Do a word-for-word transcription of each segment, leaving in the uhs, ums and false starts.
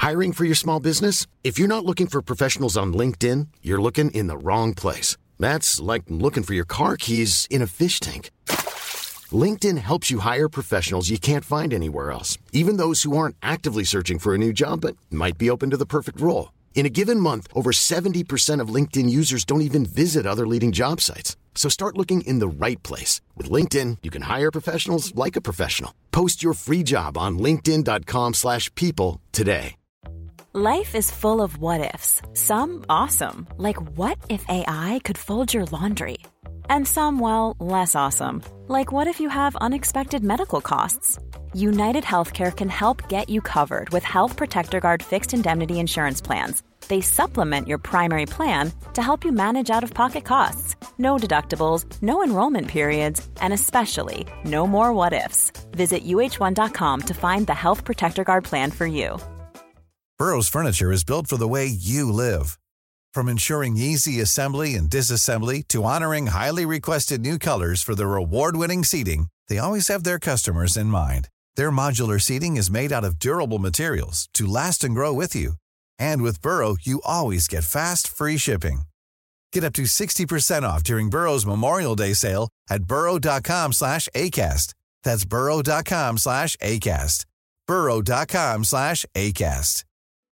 Hiring for your small business? If you're not looking for professionals on LinkedIn, you're looking in the wrong place. That's like looking for your car keys in a fish tank. LinkedIn helps you hire professionals you can't find anywhere else, even those who aren't actively searching for a new job but might be open to the perfect role. In a given month, over seventy percent of LinkedIn users don't even visit other leading job sites. So start looking in the right place. With LinkedIn, you can hire professionals like a professional. Post your free job on linkedin dot com slash people today. Life is full of what-ifs. Some awesome, like what if A I could fold your laundry? And some, well, less awesome, like what if you have unexpected medical costs? United Healthcare can help get you covered with Health Protector Guard fixed indemnity insurance plans. They supplement your primary plan to help you manage out-of-pocket costs. No deductibles, no enrollment periods, and especially no more what-ifs. Visit U H one dot com to find the Health Protector Guard plan for you. Burrow's furniture is built for the way you live. From ensuring easy assembly and disassembly to honoring highly requested new colors for their award-winning seating, they always have their customers in mind. Their modular seating is made out of durable materials to last and grow with you. And with Burrow, you always get fast, free shipping. Get up to sixty percent off during Burrow's Memorial Day sale at burrow dot com slash ACAST. That's burrow dot com slash ACAST. burrow dot com slash ACAST.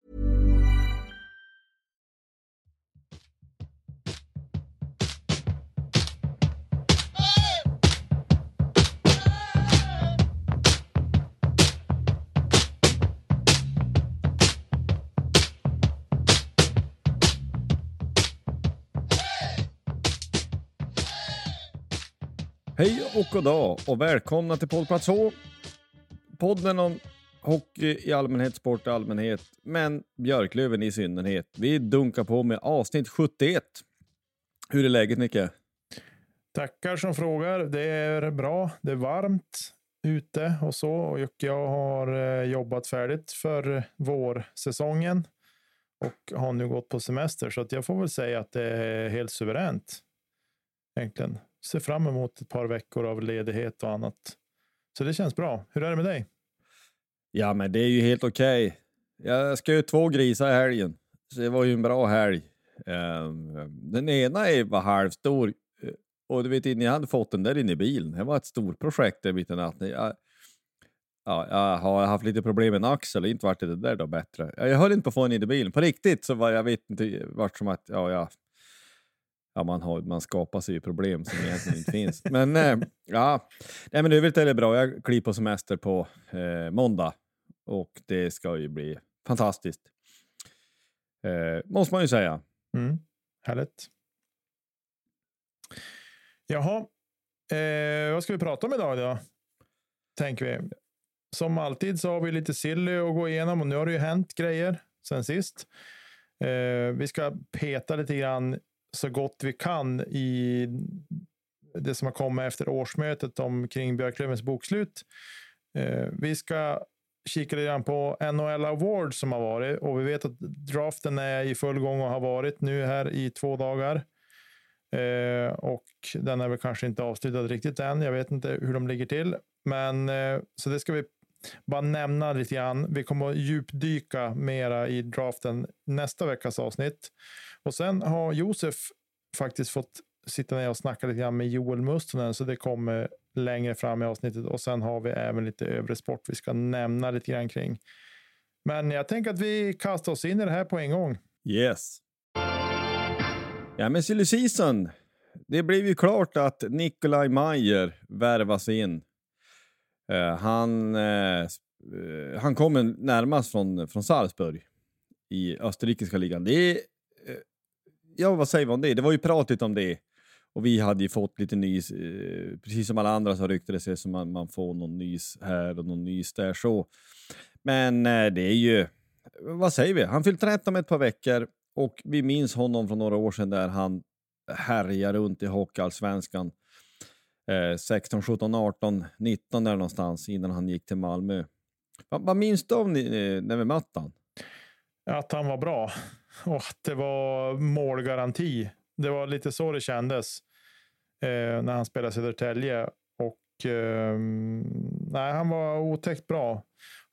Hej och god dag och välkomna till Poddplats H. Podden om hockey i allmänhet, sport i allmänhet, men Björklöven i synnerhet. Vi dunkar på med avsnitt sjuttioett. Hur är läget, Nicke? Tackar som frågar. Det är bra. Det är varmt ute och så. Och jag har jobbat färdigt för vårsäsongen och har nu gått på semester. Så att jag får väl säga att det är helt suveränt. Egentligen. Ser fram emot ett par veckor av ledighet och annat. Så det känns bra. Hur är det med dig? Ja, men det är ju helt okej. Okay. Jag ska ju två grisar i helgen. Så det var ju en bra helg. Den ena är var halvstor. Och du vet, ni hade fått den där inne i bilen. Det var ett stort projekt där mitt i natten. Jag, ja, jag har haft lite problem med en axel. Inte varit det där då bättre. Jag höll inte på att få den in i bilen. På riktigt så var jag vet inte vart som att ja, ja. Ja, man, har, man skapar sig ju problem som egentligen inte finns. Men eh, ja, nej, men det är väl väldigt bra. Jag kliver på semester på eh, måndag. Och det ska ju bli fantastiskt. Eh, måste man ju säga. Mm, härligt. Jaha. Eh, vad ska vi prata om idag då? Tänker vi. Som alltid så har vi lite silly att gå igenom. Och nu har det ju hänt grejer sen sist. Eh, vi ska peta lite grann så gott vi kan i det som har kommit efter årsmötet omkring Björklövens bokslut. Eh, vi ska kika lite grann på N H L Awards som har varit. Och vi vet att draften är i full gång och har varit nu här i två dagar. Eh, och den är väl kanske inte avslutad riktigt än. Jag vet inte hur de ligger till. Men eh, så det ska vi bara nämna lite grann. Vi kommer att djupdyka mera i draften nästa veckas avsnitt. Och sen har Josef faktiskt fått sitta ner och snacka lite grann med Joel Mustonen. Så det kommer längre fram i avsnittet. Och sen har vi även lite övrig sport vi ska nämna lite grann kring. Men jag tänker att vi kastar oss in i det här på en gång. Yes. Ja, men silly season. Det blev ju klart att Nikolaj Meyer värvas in. Uh, han, uh, han kommer närmast från, från Salzburg i österrikiska ligan. Det är, uh, ja, vad säger vi om det? Det var ju pratigt om det. Och vi hade ju fått lite nys, uh, precis som alla andra så ryckte det sig som man, man får någon nys här och någon nys där så. Men uh, det är ju, vad säger vi? Han fyllt tretton med ett par veckor och vi minns honom från några år sedan där han härjar runt i hockeyallsvenskan. sexton, sjutton, arton, nitton där någonstans innan han gick till Malmö. Vad, vad minns du om ni, när vi mötte han? Att han var bra. Och att det var målgaranti. Det var lite så det kändes eh, när han spelade Södertälje. Och eh, nej, han var otäckt bra.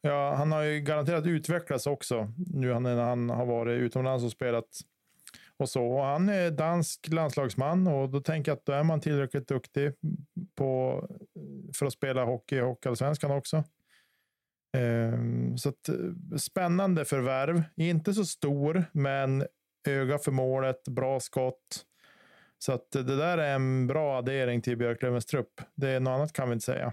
Ja, han har ju garanterat utvecklats också nu när han har varit utomlands och spelat och så. Och han är dansk landslagsman och då tänker jag att då är man tillräckligt duktig på, för att spela hockey i Hockeyallsvenskan också. Um, så att, spännande förvärv. Inte så stor, men öga för målet, bra skott. Så att det där är en bra addering till Björklövens trupp. Det är något annat kan vi inte säga.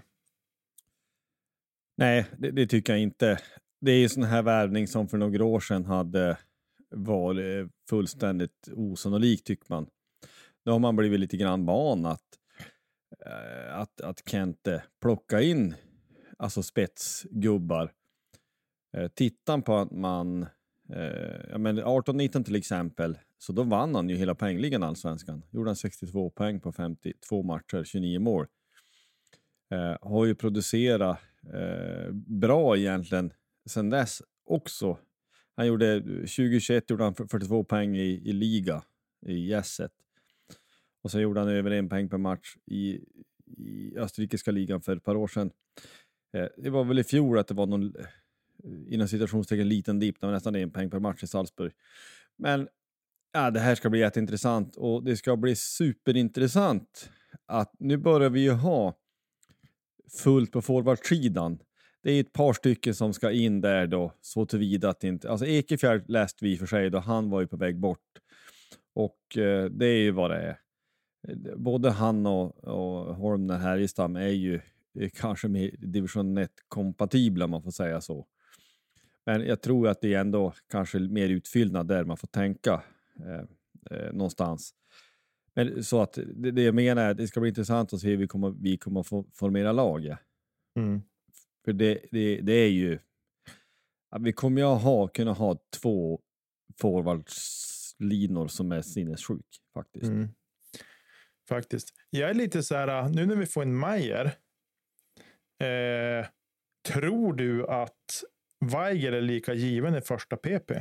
Nej, det, det tycker jag inte. Det är ju sån här värvning som för några år sedan hade varit fullständigt osannolik tycker man. Nu har man blivit lite grann van att, äh, att, att Kente plocka in alltså spetsgubbar. Eh, tittan på att man eh, ja, men arton nitton till exempel, så då vann han ju hela poängligan allsvenskan. Gjorde han sextiotvå poäng på femtiotvå matcher, tjugonio mål. Eh, har ju producerat eh, bra egentligen sen dess också. Han gjorde tjugo tjugoett gjorde han fyrtiotvå poäng i, i liga i Jesset. Och så gjorde han över en poäng per match i, i österrikiska ligan för ett par år sedan. Eh, det var väl i fjol att det var någon inom situationstecken liten dip, det var nästan en poäng per match i Salzburg. Men ja, det här ska bli jätteintressant och det ska bli superintressant att nu börjar vi ju ha fullt på forwardsidan. Det är ett par stycken som ska in där då, så tillvida att inte... Alltså Ekefjärd läste vi för sig då, han var ju på väg bort. Och eh, det är ju vad det är. Både han och, och Holmner här i Stam är ju eh, kanske mer division ett-kompatibla, man får säga så. Men jag tror att det är ändå kanske mer utfyllnad där man får tänka eh, eh, någonstans. Men så att det, det jag menar är att det ska bli intressant att se hur vi kommer, vi kommer att få formera lag. Ja. Mm. För det, det, det är ju att vi kommer ju ha, kunna ha två forwardslinor som är sinnessjuk faktiskt. Mm. Faktiskt. Jag är lite så här, nu när vi får en Meier, eh, tror du att Weigel är lika given i första P P?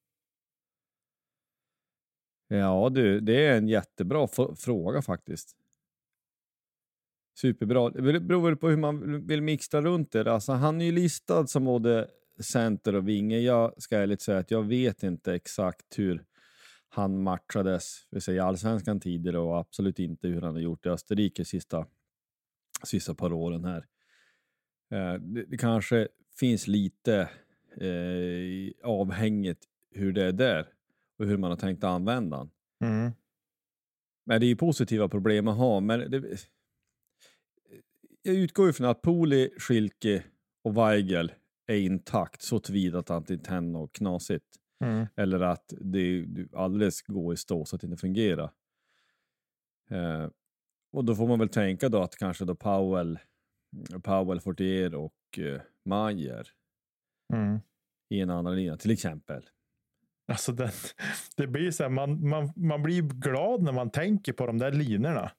Ja du, det är en jättebra f- fråga faktiskt. Superbra. Det beror på hur man vill mixa runt det. Alltså, han är ju listad som både center och vinge. Jag ska ärligt säga att jag vet inte exakt hur han matchades vi säger, i allsvenskan tidigare och absolut inte hur han har gjort i Österrike sista, sista par åren här. Eh, det, det kanske finns lite eh, avhängigt hur det är där och hur man har tänkt använda han. Mm. Men det är ju positiva problem att ha, men det, jag utgår ju från att Poli, Schilke och Weigel är intakt så tillvida att han inte händer något knasigt. Mm. Eller att det alldeles går i stå så att det inte fungerar. Eh, och då får man väl tänka då att kanske då Powell, Powell, Fortier och eh, Meier Mm. i en annan linje till exempel. Alltså den, det blir så här, man, man, man blir glad när man tänker på de där linorna.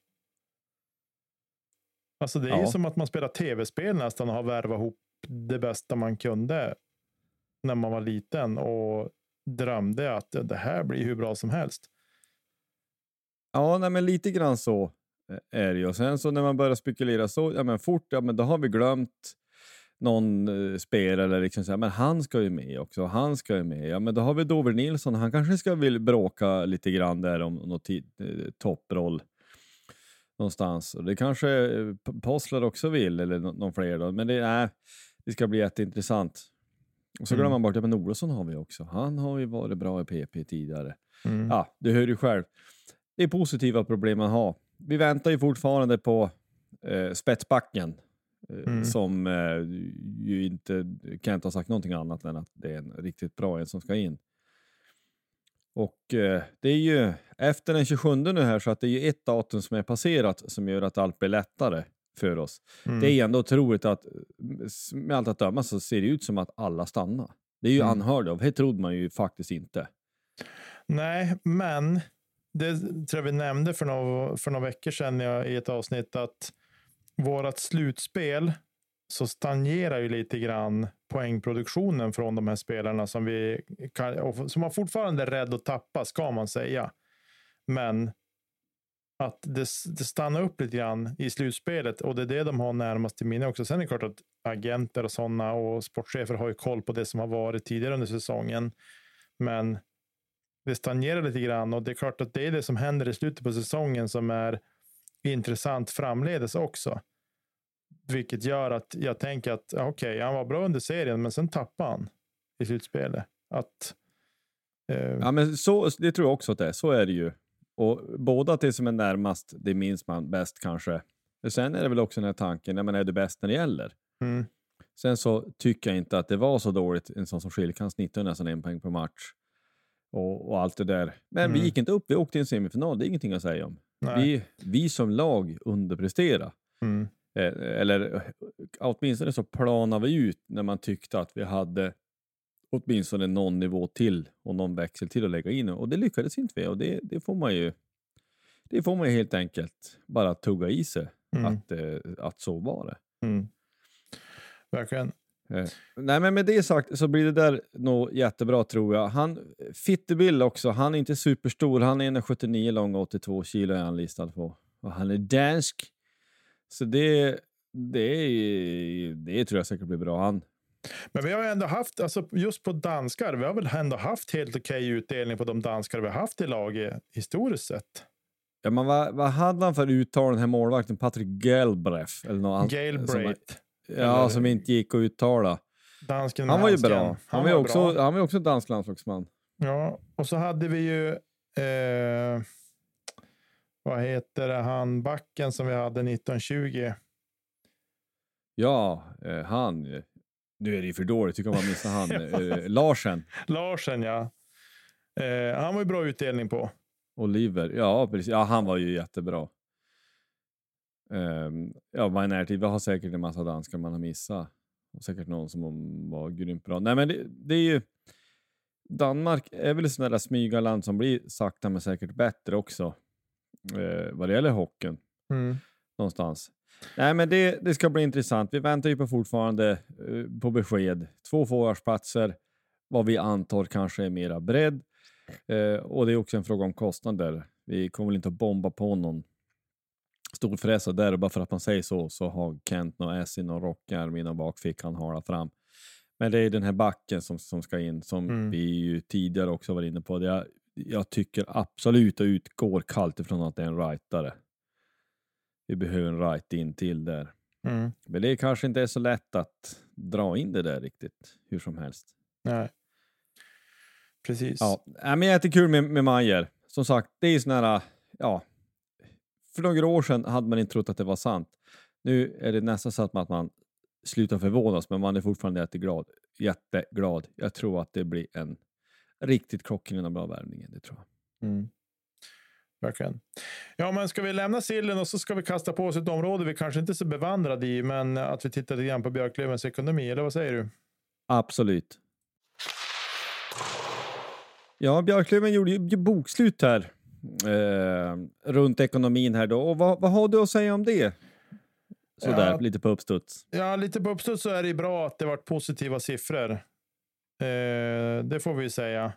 Alltså det är Ja. ju som att man spelar tv-spel nästan och har värvat ihop det bästa man kunde när man var liten och drömde att det här blir hur bra som helst. Ja, nej, men lite grann så är det ju. Och sen så när man börjar spekulera så, ja men fort, ja men då har vi glömt någon eh, spelare eller liksom så här, men han ska ju med också, han ska ju med. Ja men då har vi Dover Nilsson, han kanske ska vill bråka lite grann där om något t- eh, topproll någonstans. Och det kanske eh, Possler också vill, eller no- någon fler då. Men det, äh, det ska bli jätteintressant. Och så Mm. glömmer man bort att men Olsson har vi också. Han har ju varit bra i P P tidigare. Mm. Ja, du hör ju själv. Det är positiva problem man har. Vi väntar ju fortfarande på eh, spetsbacken. Eh, Mm. Som eh, ju inte kan inte ha sagt någonting annat än att det är en riktigt bra en som ska in. Och eh, det är ju efter den tjugosjunde nu här så att det är ju ett datum som är passerat som gör att allt blir lättare för oss. Mm. Det är ändå otroligt att med allt att döma så ser det ut som att alla stannar. Det är ju Mm. anhörda av. Det trodde man ju faktiskt inte. Nej, men det tror jag vi nämnde för några, för några veckor sedan i ett avsnitt att vårat slutspel så stagnerar ju lite grann poängproduktionen från de här spelarna som vi kan, som man fortfarande är rädd att tappa, ska man säga. Men att det, det stannar upp lite grann i slutspelet och det är det de har närmast till minne också. Sen är det klart att agenter och sådana och sportchefer har ju koll på det som har varit tidigare under säsongen. Men det stagnerar lite grann och det är klart att det är det som händer i slutet på säsongen som är intressant framledes också. Vilket gör att jag tänker att okej, okay, han var bra under serien men sen tappade han i slutspelet. Att, eh... Ja, men så, det tror jag också att det är. Så är det ju. Och båda att det som är närmast, det minns man bäst kanske. Men sen är det väl också den här tanken, ja, men är du bäst när det gäller? Mm. Sen så tycker jag inte att det var så dåligt. En sån som Skilk kan snitta nästan en poäng per match. Och, och allt det där. Men mm. vi gick inte upp, vi åkte i en semifinal. Det är ingenting att säga om. Vi, vi som lag underpresterade. Mm. Eh, eller åtminstone så planade vi ut när man tyckte att vi hade åtminstone någon nivå till och någon växel till att lägga in. Och det lyckades inte vi. Och det, det får man ju det får man ju helt enkelt bara tugga i sig. Mm. Att, eh, att så var det. Mm. Verkligen. Eh, nej, men med det sagt så blir det där nog jättebra, tror jag. Han, Fittebill också, han är inte superstor. Han är en komma sjuttionio lång, åttiotvå kilo är han listad på. Och han är dansk. Så det, det, är, det tror jag säkert blir bra. Han. Men vi har ändå haft, alltså just på danskar, vi har väl ändå haft helt okej utdelning på de danskar vi har haft i laget historiskt sett. Ja, men vad, vad hade han för uttal, den här målvakten? Patrick Galbraith eller något? Galbraith. Ja, eller, som inte gick att uttala. Dansken, han var ju dansken. bra. Han, han var ju också, bra. Han var också dansk landslagsman. Ja, och så hade vi ju eh, vad heter det, han backen som vi hade nitton tjugo. Ja, eh, han. Nu är det ju för dåligt, tycker man missar han. eh, Larsen. Larsen, ja. Eh, han var ju bra utdelning på. Oliver, ja precis. Ja, han var ju jättebra. Um, ja, vad är närtid? Vi har säkert en massa danskar man har missat. Och säkert någon som var grymt bra. Nej, men det, det är ju... Danmark är väl ett sånt där smygarland som blir sakta men säkert bättre också. Eh, vad det gäller hockeyn. Mm. Någonstans. Nej, men det, det ska bli intressant. Vi väntar ju på fortfarande eh, på besked. Två forwardsplatser. Vad vi antar kanske är mera bredd. Eh, och det är också en fråga om kostnader. Vi kommer väl inte att bomba på någon stor fräsa där. Och bara för att man säger så så har Kent och Essin och Rockar och bakfickan hala fram. Men det är den här backen som, som ska in. Som mm. vi ju tidigare också var inne på. Jag, jag tycker absolut att utgår kallt ifrån att det är en rightare. Vi behöver en right in till där. Mm. Men det kanske inte är så lätt att dra in det där riktigt. Hur som helst. Nej. Precis. Ja, men jättekul med, med Maier. Som sagt, det är sån här, ja, för några år sedan hade man inte trott att det var sant. Nu är det nästan så att man, att man slutar förvånas, men man är fortfarande jätteglad. Jätteglad. Jag tror att det blir en riktigt klockren och bra värvning, det tror jag. Mm. Verkligen. Ja, men ska vi lämna sillen och så ska vi kasta på oss ett område vi kanske inte är så bevandrade i, men att vi tittar lite grann på Björklövens ekonomi, eller vad säger du? Absolut. Ja, Björklöven gjorde ju bokslut här eh, runt ekonomin här då. Och vad, vad har du att säga om det? Sådär, ja, lite på uppstuds. Ja, lite på uppstuds så är det bra att det varit positiva siffror. Eh, det får vi säga.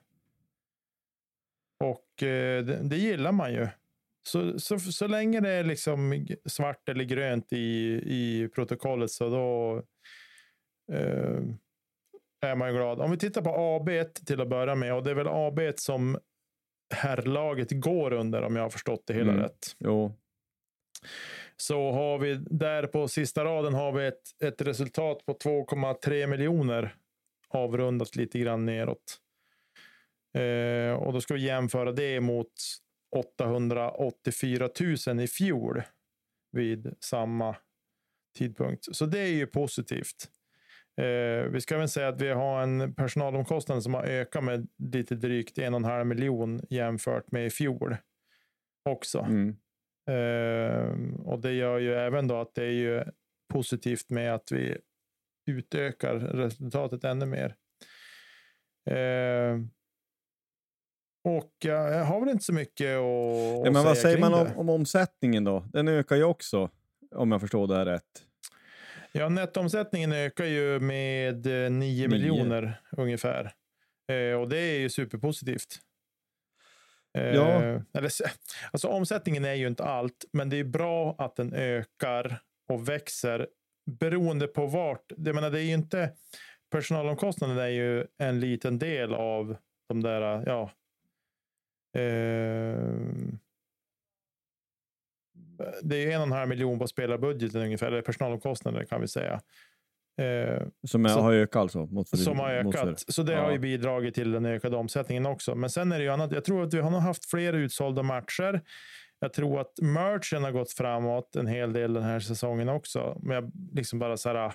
Och eh, det, det gillar man ju. Så, så, så länge det är liksom svart eller grönt i, i protokollet så då eh, är man ju glad. Om vi tittar på A B till att börja med, och det är väl A B som herrlaget går under om jag har förstått det hela mm. rätt. Jo. Så har vi där på sista raden har vi ett, ett resultat på två komma tre miljoner avrundat lite grann neråt. Eh, och då ska vi jämföra det mot åttahundraåttiofyra tusen i fjol vid samma tidpunkt. Så det är ju positivt. Eh, vi ska väl säga att vi har en personalomkostnad som har ökat med lite drygt en och en halv miljon jämfört med i fjol också. Mm. Eh, och det gör ju även då att det är ju positivt med att vi utökar resultatet ännu mer. Eh, och jag har väl inte så mycket att, ja, men att vad säga säger man om, det. om omsättningen då? Den ökar ju också, om jag förstår det här rätt. Ja, nettomsättningen ökar ju med nio miljoner ungefär. Eh, och det är ju superpositivt. Eh, Ja. eller, alltså omsättningen är ju inte allt, men det är bra att den ökar och växer beroende på vart. Det, menar, det är ju inte, personalomkostnaden är ju en liten del av de där, ja. Eh, det är ju en och en halv miljon på spelarbudgeten ungefär, eller personalomkostnader kan vi säga. Eh, Som är, så, har ökat alltså? Mot för, som har ökat. för, så det ja. har ju bidragit till den ökade omsättningen också. Men sen är det ju annat. Jag tror att vi har nog haft fler utsålda matcher. Jag tror att merchen har gått framåt en hel del den här säsongen också. Men jag liksom bara så här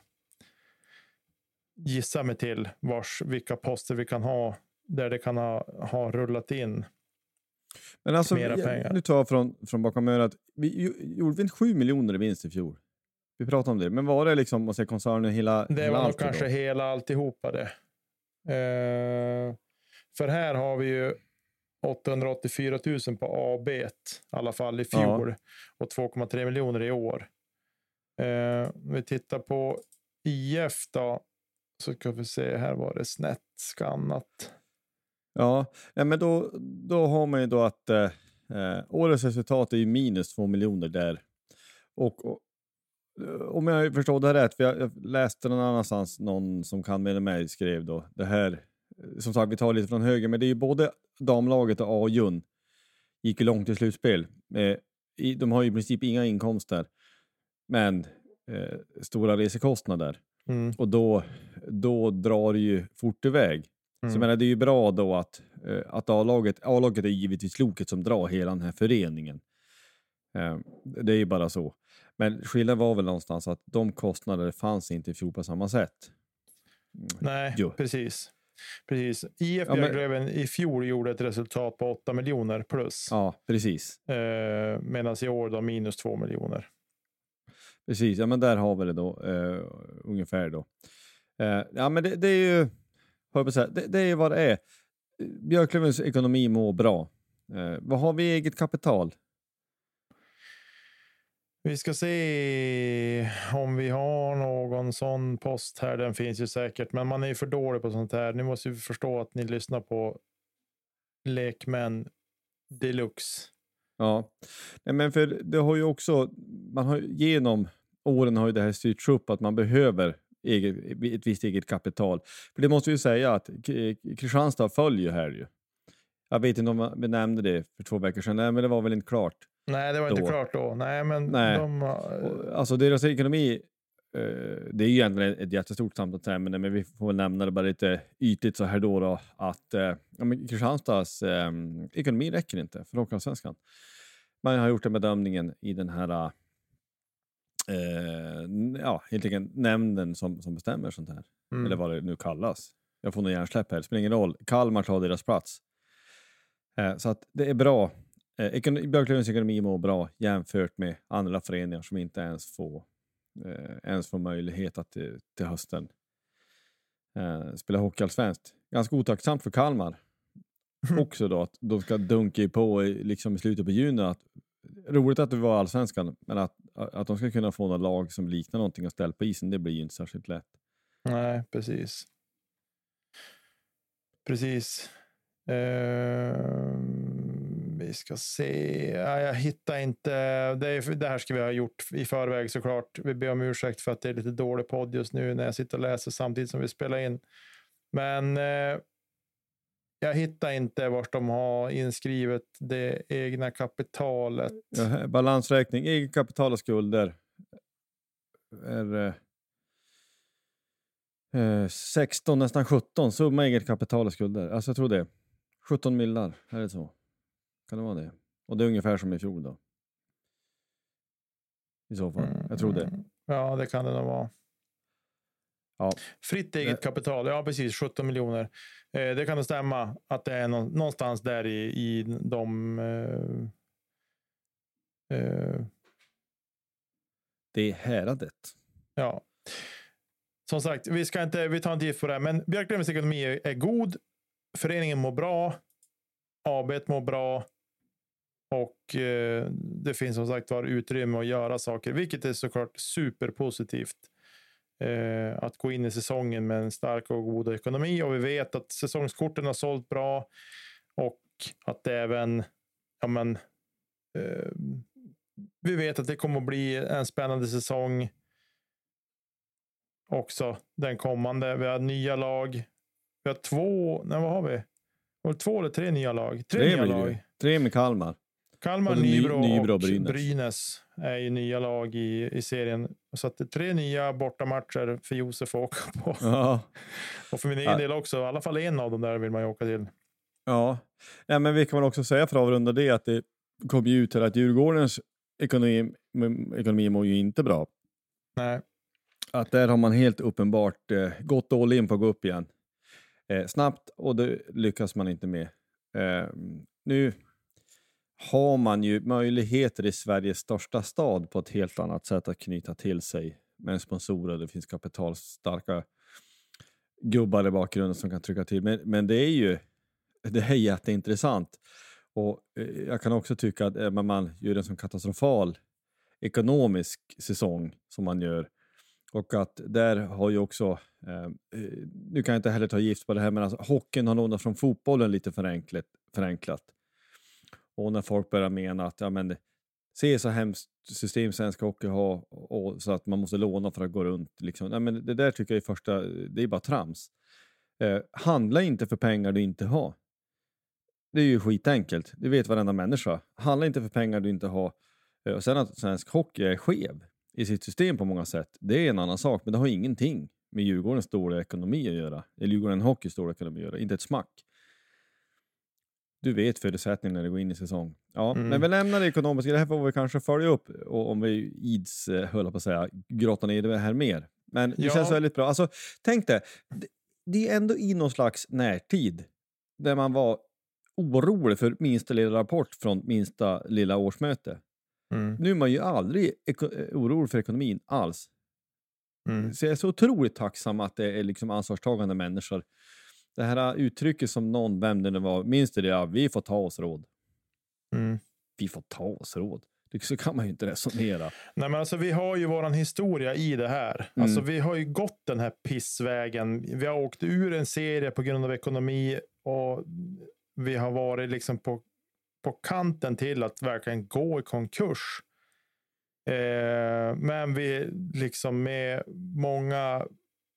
gissa mig till vars, vilka poster vi kan ha där det kan ha, ha rullat in. Men alltså, mera pengar. Nu tar jag från, från bakom örat. Vi gjorde vi inte sju miljoner i vinst i fjol? Vi pratade om det. Men var det liksom, måste jag koncernen hela... Det hela var nog allt kanske då? hela alltihopa det. Eh, för här har vi ju åttahundraåttiofyra tusen på A B i alla fall i fjol. Ja. Och två komma tre miljoner i år. Eh, vi tittar på I F då. Så ska vi se, här var det snett skannat. Ja, ja men då, då har man ju då att eh, årets resultat är ju minus två miljoner där. Och, och om jag förstår det här rätt, för jag, jag läste någon annanstans, någon som kan med mig skrev då, det här, som sagt vi tar lite från höger, men det är ju både damlaget och A-jun gick ju långt i slutspel. Eh, i, de har ju i princip inga inkomster, men eh, stora resekostnader. Mm. Och då, då drar det ju fort iväg. Mm. Så jag menar, det är ju bra då att, eh, att A-laget, A-laget är givetvis loket som drar hela den här föreningen. Eh, det är ju bara så. Men skillnaden var väl någonstans att de kostnader fanns inte i fjol på samma sätt. Nej, jo. precis. Precis. I F ja, men... i fjol gjorde ett resultat på åtta miljoner plus. Ja, precis. Eh, Medan i år då minus två miljoner. Precis, ja men där har vi det då. Eh, ungefär då. Eh, ja men det, det är ju... Hör på så här, det, det är vad det är. Björklövens ekonomi mår bra. Eh, vad har vi i eget kapital? Vi ska se om vi har någon sån post här. Den finns ju säkert, men man är ju för dålig på sånt här. Ni måste ju förstå att ni lyssnar på lekmän deluxe. Ja, nej, men för det har ju också, man har genom åren har ju det här styrts upp att man behöver eget, ett visst eget kapital. För det måste vi ju säga att Kristianstad följer här ju. Jag vet inte om vi nämnde det för två veckor sedan, nej men det var väl inte klart. Nej, det var då. inte klart då. Nej, men Nej. de... Alltså deras ekonomi, det är ju egentligen ett jättestort samtalsämne, men vi får väl nämna det bara lite ytligt så här då, då att ja, men Kristianstads eh, ekonomi räcker inte för Hockeyallsvenskan. Man har gjort den bedömningen i den här eh, ja, helt enkelt nämnden som, som bestämmer sånt här. Mm. Eller vad det nu kallas. Jag får nog hjärnsläpp här, det spelar ingen roll. Kalmar tar deras plats. Eh, så att det är bra. Eh, Björklövens ekonomi mår bra jämfört med andra föreningar som inte ens får eh, ens får möjlighet att till, till hösten eh, spela hockeyallsvenskt. Ganska otacksamt för Kalmar också då att de ska dunka på liksom i slutet på juni. Att, roligt att det var allsvenskan, men att, att de ska kunna få några lag som liknar någonting att ställa på isen, det blir ju inte särskilt lätt. Nej, precis. Precis. Uh... Vi ska se. Ja, jag hittar inte. Det, är, det här ska vi ha gjort i förväg såklart. Vi ber om ursäkt för att det är lite dålig podd just nu när jag sitter och läser samtidigt som vi spelar in. Men eh, jag hittar inte vart de har inskrivet det egna kapitalet. Ja, balansräkning, eget kapital och skulder är eh, sexton, nästan sjutton. Summa eget kapital och skulder. Alltså jag tror det. sjutton millar, är det så? Kan det vara det? Och det är ungefär som i fjol då. I så fall. Mm, jag tror det. Ja, det kan det nog vara. Ja. Fritt eget kapital. Ja, precis. sjutton miljoner. Eh, det kan det stämma att det är någonstans där i, i de... Eh, eh, det är häradet. Ja. Som sagt, vi ska inte, vi tar inte gift på det här, men Björklövens ekonomi är, är god. Föreningen mår bra. A B mår bra. Och eh, det finns som sagt var utrymme att göra saker, vilket är såklart superpositivt. Eh, att gå in i säsongen med en stark och god ekonomi, och vi vet att säsongskorten har sålt bra och att det även, ja men, eh, vi vet att det kommer att bli en spännande säsong också, den kommande. Vi har nya lag. Vi har två, nej vad har vi? Var det två eller tre nya lag? Tre, tre nya lag. Det. Tre med Kalmar. Kalmar, Nybro, Nybro och Brynäs. Brynäs är ju nya lag i, i serien. Så att det är tre nya bortamatcher för Josef att åka på. Ja. Och för min egen ja. del också. I alla fall en av dem där vill man ju åka till. Ja, ja men vi kan väl också säga för att avrunda det att det kom ju ut till att Djurgårdens ekonomi, ekonomi mår ju inte bra. Nej. Att där har man helt uppenbart eh, gått all in på att gå upp igen. Eh, snabbt och det lyckas man inte med. Eh, nu har man ju möjligheter i Sveriges största stad på ett helt annat sätt att knyta till sig med sponsorer. Det finns kapitalstarka gubbar i bakgrunden som kan trycka till. Men, men det är ju det är jätteintressant. Och eh, jag kan också tycka att eh, man gör en sån katastrofal ekonomisk säsong som man gör. Och att där har ju också, eh, nu kan jag inte heller ta gift på det här, men alltså, hockeyn har lånat från fotbollen lite förenklat. förenklat. Och när folk börjar mena att ja, men, se så hemskt system svensk hockey har och, så att man måste låna för att gå runt. Liksom. Ja, men det där tycker jag i första, det är bara trams. Eh, handla inte för pengar du inte har. Det är ju skitenkelt. Det vet varenda människa. Handla inte för pengar du inte har. Eh, och sen att svensk hockey är skev i sitt system på många sätt. Det är en annan sak, men det har ingenting med Djurgårdens stora ekonomi att göra. Eller Djurgårdens hockeys stora ekonomi att göra. Inte ett smack. Du vet förutsättningen när det går in i säsong. Ja, mm. men vi lämnar det ekonomiska. Det här får vi kanske följa upp. Och om vi ids, höll på att säga, grotta ner det här mer. Men det ja. känns väldigt bra. Alltså, tänk dig. Det, det är ändå i någon slags närtid. Där man var orolig för minsta lilla rapport från minsta lilla årsmöte. Mm. Nu är man ju aldrig eko- orolig för ekonomin alls. Mm. Så jag är så otroligt tacksam att det är liksom ansvarstagande människor. Det här uttrycket som någon, vem det var, minns det, ja, vi får ta oss råd. Mm. Vi får ta oss råd. Det så kan man ju inte resonera. Nej, men alltså vi har ju våran historia i det här. Mm. Alltså vi har ju gått den här pissvägen. Vi har åkt ur en serie på grund av ekonomi och vi har varit liksom på på kanten till att verkligen gå i konkurs. Eh, men vi liksom med många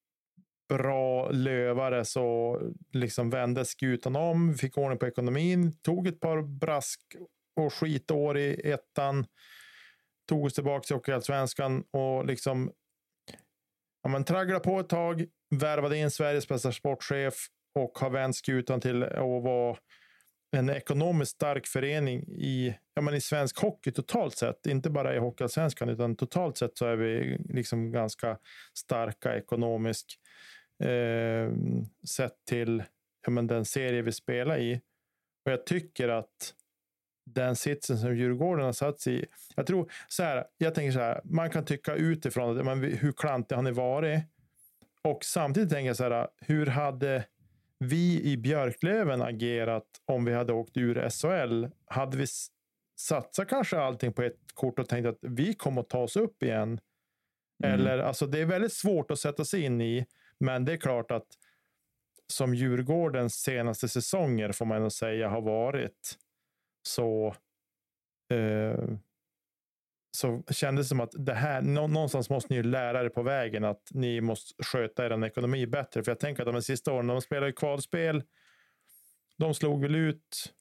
bra lövare så liksom vände skutan om. Vi fick ordning på ekonomin. Tog ett par brask och skitår i ettan. Tog oss tillbaka till Hockeyallsvenskan och liksom ja, men tragglade på ett tag. Värvade in Sveriges bästa sportchef och har vänt skutan till att vara en ekonomiskt stark förening i, ja, men i svensk hockey totalt sett. Inte bara i Hockeyallsvenskan utan totalt sett så är vi liksom ganska starka ekonomiskt eh, sett till ja, men den serie vi spelar i. Och jag tycker att den sitsen som Djurgården har satt sig i. Jag tror så här, jag tänker så här, man kan tycka utifrån att, men, hur klantig har ni varit? Och samtidigt tänker jag så här, hur hade vi i Björklöven agerat om vi hade åkt ur S H L? Hade vi satsat kanske allting på ett kort och tänkt att vi kommer att ta oss upp igen? Mm. Eller, alltså det är väldigt svårt att sätta sig in i, men det är klart att som Djurgårdens senaste säsonger får man ändå säga har varit så eh, så kändes det som att det här, någonstans måste ni lära er på vägen att ni måste sköta er ekonomi bättre. För jag tänker att de sista åren, de spelade kvalspel, de slog väl ut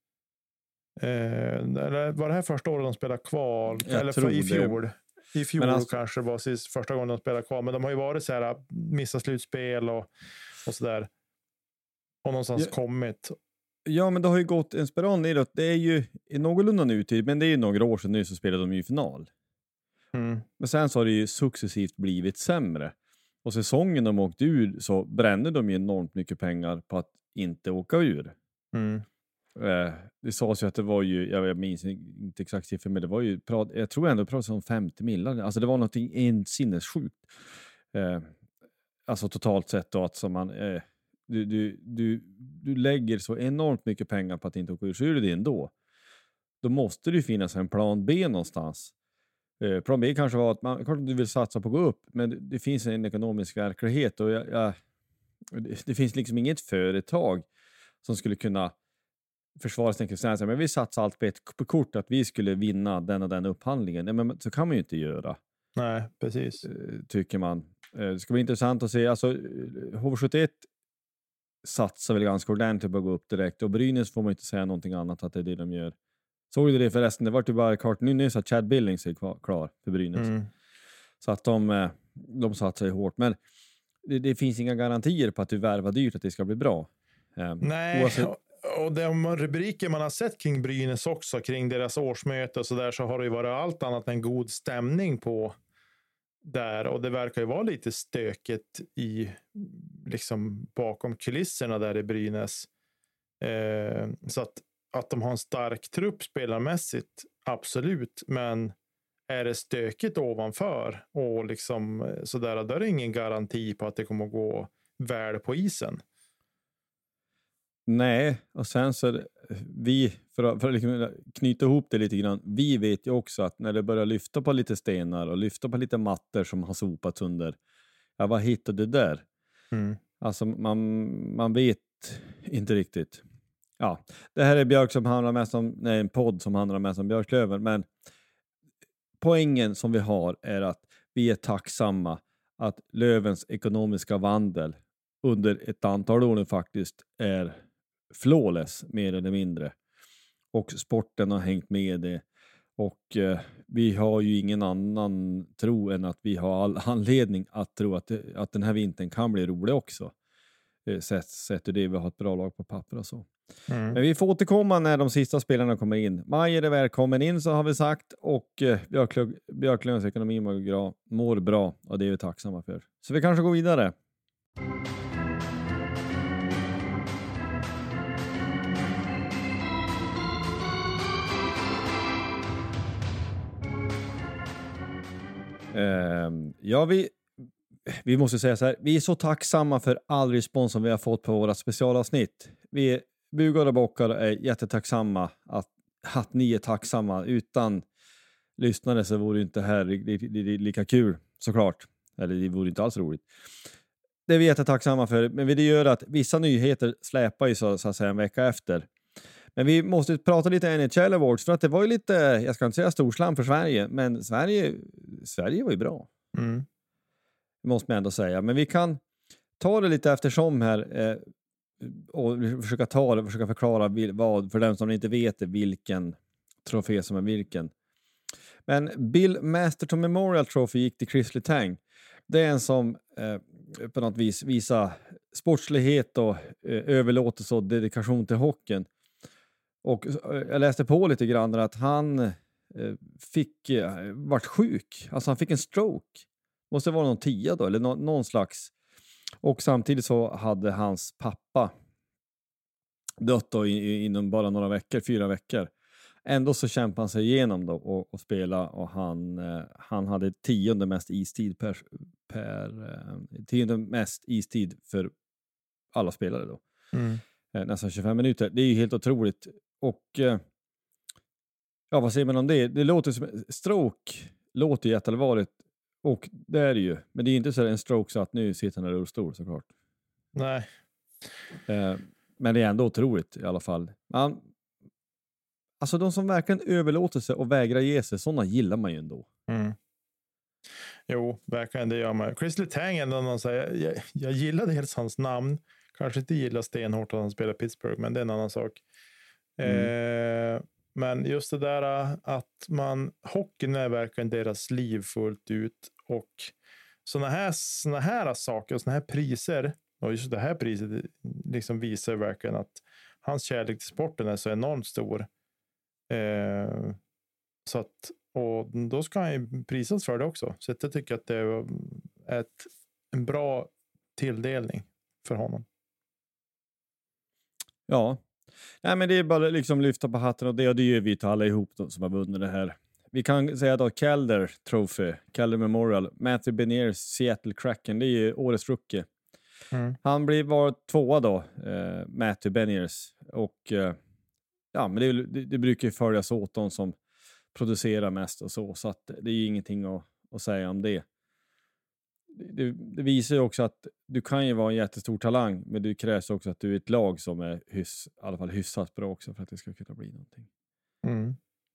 eh, eller var det här första året de spelade kval? Jag eller för, i fjol det. I fjol alltså, kanske var sist, första gången de spelade kval, men de har ju varit så här, missat slutspel och, och sådär och någonstans ja. kommit. Ja, men det har ju gått en spiral neråt. Det är ju i någorlunda nutid, men det är ju några år sedan nu så spelade de ju i final. Mm. Men sen så har det ju successivt blivit sämre. Och säsongen de åkte ur så brände de ju enormt mycket pengar på att inte åka ur. Mm. Eh, det sades ju att det var ju, jag minns inte exakt siffror, men det var ju, jag tror ändå pratade om femtio miljoner. Alltså det var någonting en sinnessjukt. Eh, alltså totalt sett då att som man... Eh, Du, du, du, du lägger så enormt mycket pengar på att inte åka ur, så är det ändå. Då måste det ju finnas en plan B någonstans. Eh, plan B kanske var att man kanske du vill satsa på att gå upp, men det, det finns en ekonomisk verklighet och jag, jag, det, det finns liksom inget företag som skulle kunna försvaret tänker säga så här, men vi satsar allt på ett på kort att vi skulle vinna den och den upphandlingen. Nej, men så kan man ju inte göra. Nej, precis. Tycker man. Det ska bli intressant att se. Alltså, H V sjuttioett satsar väl ganska ordentligt på att gå upp direkt. Och Brynäs får man inte säga någonting annat att det är det de gör. Såg du det förresten? Det var ju bara klart nu nyss att Chad Billings är kvar, klar för Brynäs. Mm. Så att de, de satsar ju hårt. Men det, det finns inga garantier på att du värvar dyrt att det ska bli bra. Nej, oavsett... och de rubriker man har sett kring Brynäs också, kring deras årsmöte och så där, så har det ju varit allt annat än god stämning på där. Och det verkar ju vara lite stökigt i, liksom bakom kulisserna där i Brynäs. Eh, så att, att de har en stark trupp spelarmässigt, absolut. Men är det stökigt ovanför och liksom sådär, då är det ingen garanti på att det kommer att gå väl på isen. Nej, och sen så är det, vi, för att, för att liksom knyta ihop det lite grann, vi vet ju också att när det börjar lyfta på lite stenar och lyfta på lite mattor som har sopats under, ja, vad hittar du där? Mm. Alltså man, man vet inte riktigt. Ja, det här är Björk som handlar mest om, nej, en podd som handlar mest om Björklöven, men poängen som vi har är att vi är tacksamma att Lövens ekonomiska vandel under ett antal år nu faktiskt är flawless, mer eller mindre. Och sporten har hängt med det. Och eh, vi har ju ingen annan tro än att vi har all anledning att tro att, det, att den här vintern kan bli rolig också. Eh, sett, sett hur det, vi har ett bra lag på papper och så. Mm. Men vi får återkomma när de sista spelarna kommer in. Majer är välkommen in, så har vi sagt. Och eh, Björklöv, Björklövens ekonomi mår bra, mår bra. Och det är vi tacksamma för. Så vi kanske går vidare. Uh, ja, vi, vi måste säga så här. Vi är så tacksamma för all respons som vi har fått på våra specialavsnitt. Vi är, bugar och bockar är jättetacksamma att, att ni är tacksamma. Utan lyssnare så vore inte här li, li, li, lika kul, såklart. Eller det vore inte alls roligt. Det är vi jättetacksamma för. Men det gör att vissa nyheter släpar ju så, så att säga en vecka efter. Men vi måste prata lite N H L Awards, för att det var ju lite, jag ska inte säga storslam för Sverige, men Sverige, Sverige var ju bra. Mm. Det måste man ändå säga. Men vi kan ta det lite eftersom här eh, och försöka ta det, försöka förklara vil, vad, för den som inte vet det, vilken trofé som är vilken. Men Bill Masterton Memorial Trophy gick till Chris Letang. Det är en som eh, på något vis visar sportslighet och eh, överlåtelse och dedikation till hockeyn. Och jag läste på lite grann att han eh, fick eh, vart sjuk. Alltså han fick en stroke. Måste vara någon tia då, eller no- någon slags. Och samtidigt så hade hans pappa dött då i, inom bara några veckor, fyra veckor. Ändå så kämpade han sig igenom då och, och spela, och han, eh, han hade tionde mest istid per, per eh, tionde mest istid för alla spelare då. Mm. Eh, nästan tjugofem minuter. Det är ju helt otroligt. Och eh, ja, vad säger man om det? Det låter som stroke, låter jätteallvarligt, och det är det ju. Men det är inte så en stroke så att nu sitter han i rullstol, såklart. Nej. Eh, men det är ändå otroligt i alla fall. Man, alltså de som verkligen överlåter sig och vägrar ge sig, sådana gillar man ju ändå. Mm. Jo, verkligen, det gör man. Chris Letang, någon säger, jag, jag gillade helt hans namn. Kanske inte gillar stenhårt att han spelar Pittsburgh, men det är en annan sak. Mm. Eh, men just det där att man, hockeyn är verkligen deras liv fullt ut, och såna här, såna här saker och såna här priser, och just det här priset liksom visar verkligen att hans kärlek till sporten är så enormt stor. Eh, så att, och då ska han ju prisas för det också. Så jag tycker att det är ett, en bra tilldelning för honom. Ja. Nej, men det är bara liksom lyfta på hatten, och det, och det gör vi till alla ihop då, som har vunnit det här. Vi kan säga då Calder Trophy, Calder Memorial, Matthew Beniers Seattle Kraken, det är ju årets rookie. Mm. Han blir var tvåa då, eh, Matthew Beniers, och eh, ja, men det, det, det brukar ju följas åt de som producerar mest och så, så att det är ju ingenting att, att säga om det. det, det visar ju också att du kan ju vara en jättestor talang, men det krävs också att du är ett lag som är hyss, i alla fall hyfsat bra också för att det ska kunna bli någonting. Mm.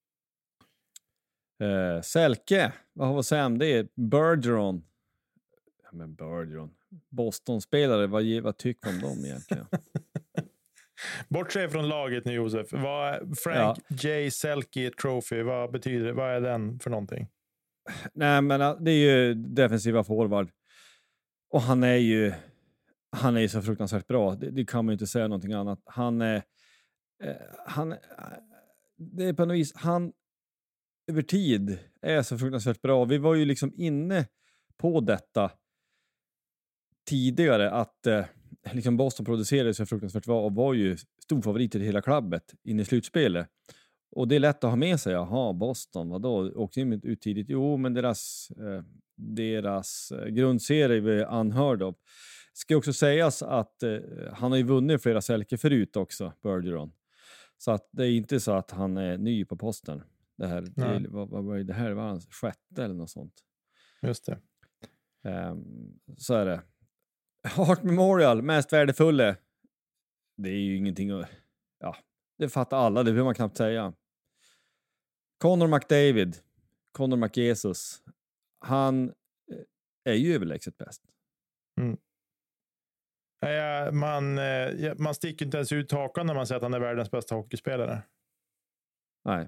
Eh, Selke, vad har vi att säga om det? Bergeron. Ja, men Bergeron. Boston-spelare, vad, vad tycker om dem egentligen? Bortse från laget nu, Josef. Vad Frank ja. J. Selke Trophy, vad betyder det? Vad är den för någonting? Nej, men det är ju defensiva forward. Och han är ju han är ju så fruktansvärt bra. Det, det kan man ju inte säga någonting annat. Han är eh, han det är på något vis han över tid är så fruktansvärt bra. Vi var ju liksom inne på detta tidigare att eh, liksom Boston producerade så fruktansvärt bra och var ju stor favorit i hela klubbet in i slutspelet. Och det är lätt att ha med sig. Jaha, Boston, vadå? Åkte in ut tidigt? Jo, men deras, eh, deras grundserie är unheard of. Ska också sägas att eh, han har ju vunnit flera Selke förut också, Bergeron. Så att det är inte så att han är ny på posten. Det här, det, vad, vad var det här? Var hans sjätte eller något sånt? Just det. Um, så är det. Hart Memorial, mest värdefulla. Det är ju ingenting att... Ja, det fattar alla, det behöver man knappt säga. Connor McDavid, Connor McJesus, han är ju överlägset bäst. Mm. Ja, man, man sticker inte ens ut hakan när man säger att han är världens bästa hockeyspelare. Nej.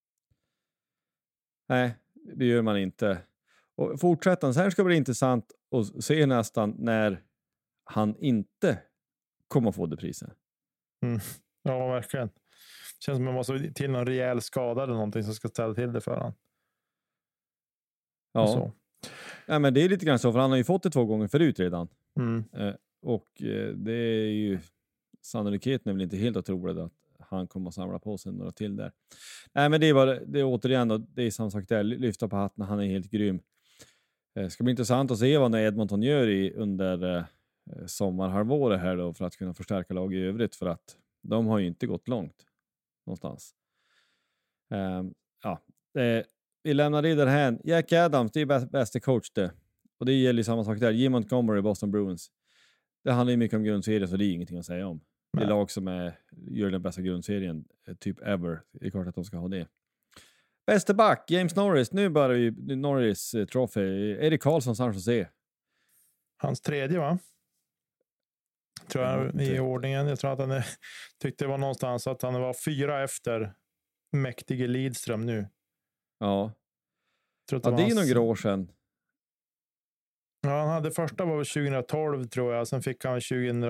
Nej, det gör man inte. Och fortsättande, så här ska det bli intressant att se nästan när han inte kommer att få det priset. Mm. Ja, verkligen. Känns som att man måste till någon rejäl skada eller någonting som ska ställa till det för han. Ja. Så. Ja, men det är lite grann så, för han har ju fått det två gånger förut redan. Mm. Eh, och eh, det är ju sannolikheten är väl inte helt otroligt att han kommer att samla på sig några till där. Nej, men det är bara, det är återigen då, det är som sagt där, lyfta på hatten, han är helt grym. Det ska bli intressant att se vad Edmonton gör i under eh, sommarhalvåret här då, för att kunna förstärka lag i övrigt, för att de har ju inte gått långt någonstans. Um, ja, eh, vi lämnar det där här. Jack Adams, det är bäst, bästa coach det. Och det gäller ju samma sak där. Jim Montgomery, Boston Bruins. Det handlar ju mycket om grundserien, så det är ingenting att säga om. Nej. Det lag som är, gör den bästa grundserien typ ever. Det är klart att de ska ha det. Bästa back, James Norris. Nu börjar ju Norris eh, trofé. Erik Karlsson, San Jose. Hans tredje, va? Tror jag i ordningen. Jag tror att han är, tyckte det var någonstans att han var fyra efter mäktige Lidström nu. Ja. Tror ja, det, det är ju hans... några år sedan. Ja, han hade första var tjugohundratolv tror jag. Sen fick han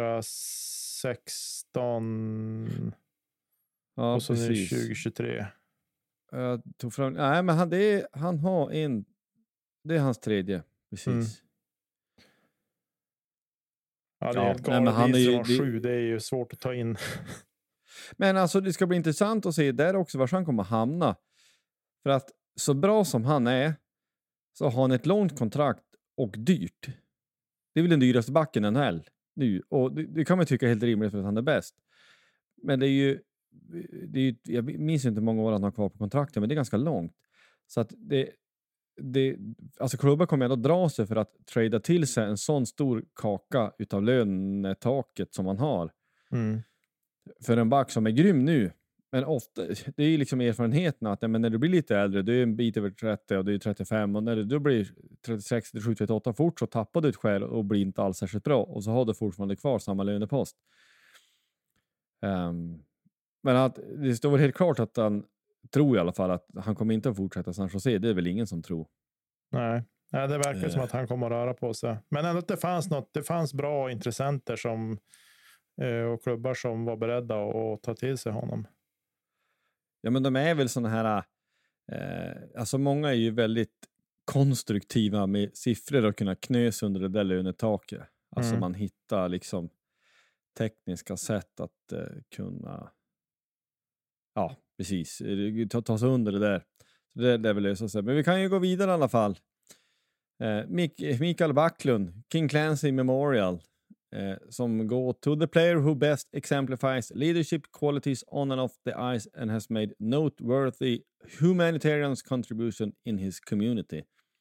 tjugohundrasexton. Ja, och så precis. nu tjugohundratjugotre. Jag tog fram... Nej, men han, det är, han har en... Det är hans tredje. Precis. Mm. Ja, det är helt galet. Han är ju, det... sju, det är ju svårt att ta in. Men alltså, det ska bli intressant att se där också var han kommer hamna. För att så bra som han är så har han ett långt kontrakt och dyrt. Det är väl den dyraste backen i N H L nu. Och det, det kan man tycka är helt rimligt för att han är bäst. Men det är ju... Det är ju jag minns inte hur många år han har kvar på kontraktet, men det är ganska långt. Så att det... det alltså klubbar kommer ändå dra sig för att trada till sig en sån stor kaka utav lönetaket som man har. Mm. För en back som är grym nu. Men ofta, det är ju liksom erfarenheten att men när du blir lite äldre, du är en bit över trettio och du är trettiofem, och när du blir trettiosex, trettiosju, trettioåtta fort så tappar du ett skäl och blir inte alls särskilt bra, och så har du fortfarande kvar samma lönepost. Um, men att det står väl helt klart att han tror i alla fall att han kommer inte att fortsätta San Jose. Det är väl ingen som tror. Nej, Nej det verkar uh. som att han kommer att röra på sig. Men ändå att det fanns något, det fanns bra intressenter som och klubbar som var beredda att ta till sig honom. Ja, men de är väl såna här eh, alltså många är ju väldigt konstruktiva med siffror och kunna knös under det där lönetaket. Alltså mm. man hittar liksom tekniska sätt att eh, kunna ja, precis ta, ta sig under det där. Så det där vill lösa sig. Men vi kan ju gå vidare i alla fall. Eh, Mik- Mikael Backlund, King Clancy Memorial. Eh, som går to the player who best exemplifies leadership qualities on and off the ice and has made noteworthy humanitarian contribution in his community.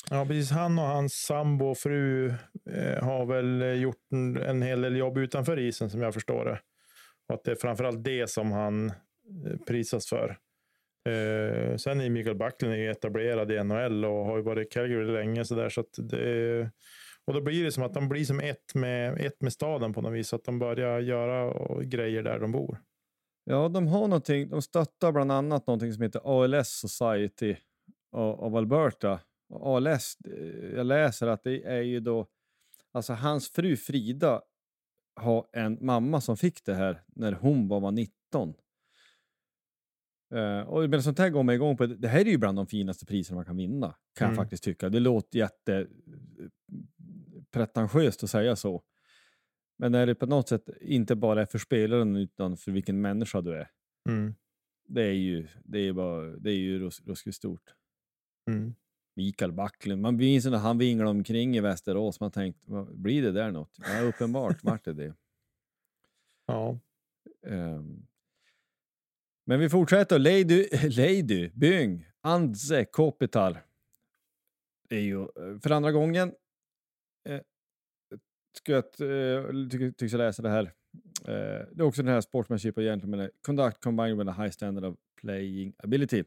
Ja, precis. Han och hans sambo och fru eh, har väl gjort en, en hel del jobb utanför isen som jag förstår det. Och att det är framförallt det som han eh, prisas för. Eh, sen är Mikael Backlund är etablerad i N H L och har ju varit i Calgary länge så där, så att det, och då blir det som att de blir som ett med, ett med staden på något vis, så att de börjar göra och, grejer där de bor. Ja, de har någonting, de stöttar bland annat någonting som heter A L S Society av Alberta. Och A L S, jag läser att det är ju då, alltså hans fru Frida har en mamma som fick det här när hon var nitton. Uh, och men sånt här går man igång på. Det här är ju bland de finaste priserna man kan vinna, kan mm. jag faktiskt tycka. Det låter jätte pretentiöst att säga så. Men när det på något sätt inte bara är för spelaren utan för vilken människa du är. Mm. Det är ju det är bara det är ju rus, ruskigt stort. Mm. Mikael Backlund, man minns när han vinglade omkring i Västerås, man tänkte, blir det där något? Ja, uppenbart vart det det. Ja. Um, men vi fortsätter. Lady, Lady Byng, Andze Kopitar. Det är ju för andra gången. Eh, ska jag eh, ty- tycks jag läsa det här. Eh, det är också den här sportsmanship och gentleman conduct combined with a high standard of playing ability.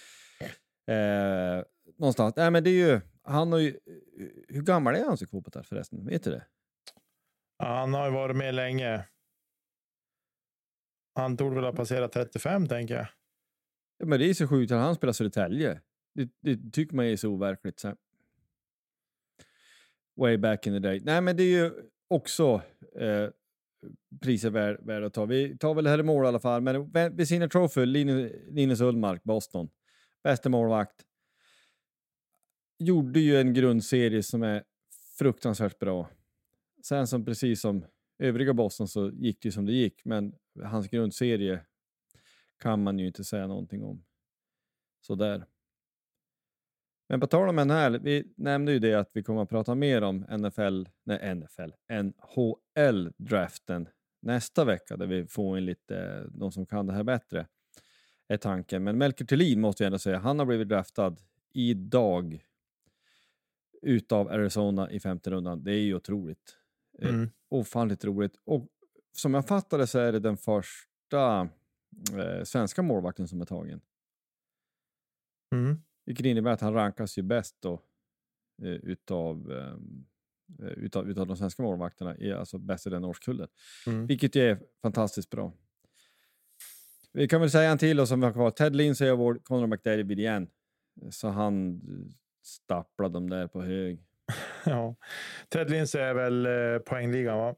Eh, någonstans. Nej, men det är ju, han har ju, hur gammal är Andze Kopitar förresten? Vet du det? Ja, han har ju varit med länge. Han tog väl att passera trettiofem, tänker jag. Ja, men det är så sjukt att han spelar Södertälje. Det, det tycker man är så overkligt. Så. Way back in the day. Nej, men det är ju också eh, priser värd, värd att ta. Vi tar väl det här i mål i alla fall. Men Vezina Trophy, Linus, Linus Ullmark, Boston. Bästa målvakt. Gjorde ju en grundserie som är fruktansvärt bra. Sen som precis som övriga Boston så gick det ju som det gick. Men hans grundserie kan man ju inte säga någonting om. Sådär. Men på tal om N H L, vi nämnde ju det att vi kommer att prata mer om N F L, nej N F L, N H L-draften nästa vecka, där vi får in lite, de som kan det här bättre, är tanken. Men Melker Thelin måste jag ändå säga, han har blivit draftad idag utav Arizona i femte rundan. Det är ju otroligt. Mm. Eh, ofantligt roligt. Och som jag fattade så är det den första eh, svenska målvakten som är tagen. Mm. Vilket innebär att han rankas ju bäst då eh, utav, eh, utav, utav de svenska målvakterna, är alltså bäst i den årskullen. Mm. Vilket är fantastiskt bra. Vi kan väl säga en till då, som vi har kvar. Ted Lindsay är vår Connor McDavid igen. Så han stapplade dem där på hög. Ja. Ted Lindsay är väl eh, poängligan, va?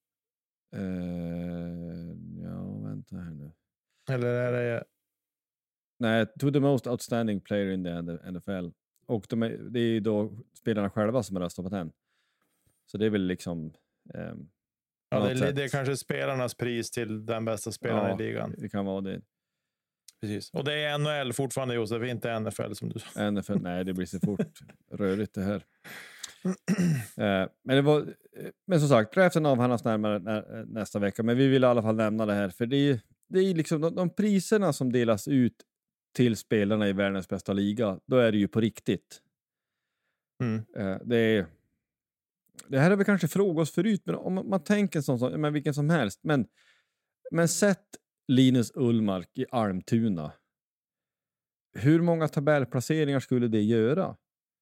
Uh, ja, vänta här nu. Eller är det... Nej, to the most outstanding player in the N F L. Och de är, det är ju då spelarna själva som har röstat på den. Så det är väl liksom... Um, ja, det är, det är kanske spelarnas pris till den bästa spelaren ja, i ligan. Det kan vara det. Precis. Och det är N H L fortfarande, Josef, inte N F L som du sa. N F L, nej, det blir så fort rörigt det här. uh, men det var... Men som sagt, draften avhandlas närmare nä, nästa vecka. Men vi vill i alla fall nämna det här. För det är, det är liksom de, de priserna som delas ut till spelarna i världens bästa liga, då är det ju på riktigt. Mm. Uh, det är... Det här har vi kanske frågat oss förut, men om man, man tänker som, som men vilken som helst. Men, men sätt Linus Ullmark i Almtuna. Hur många tabellplaceringar skulle det göra?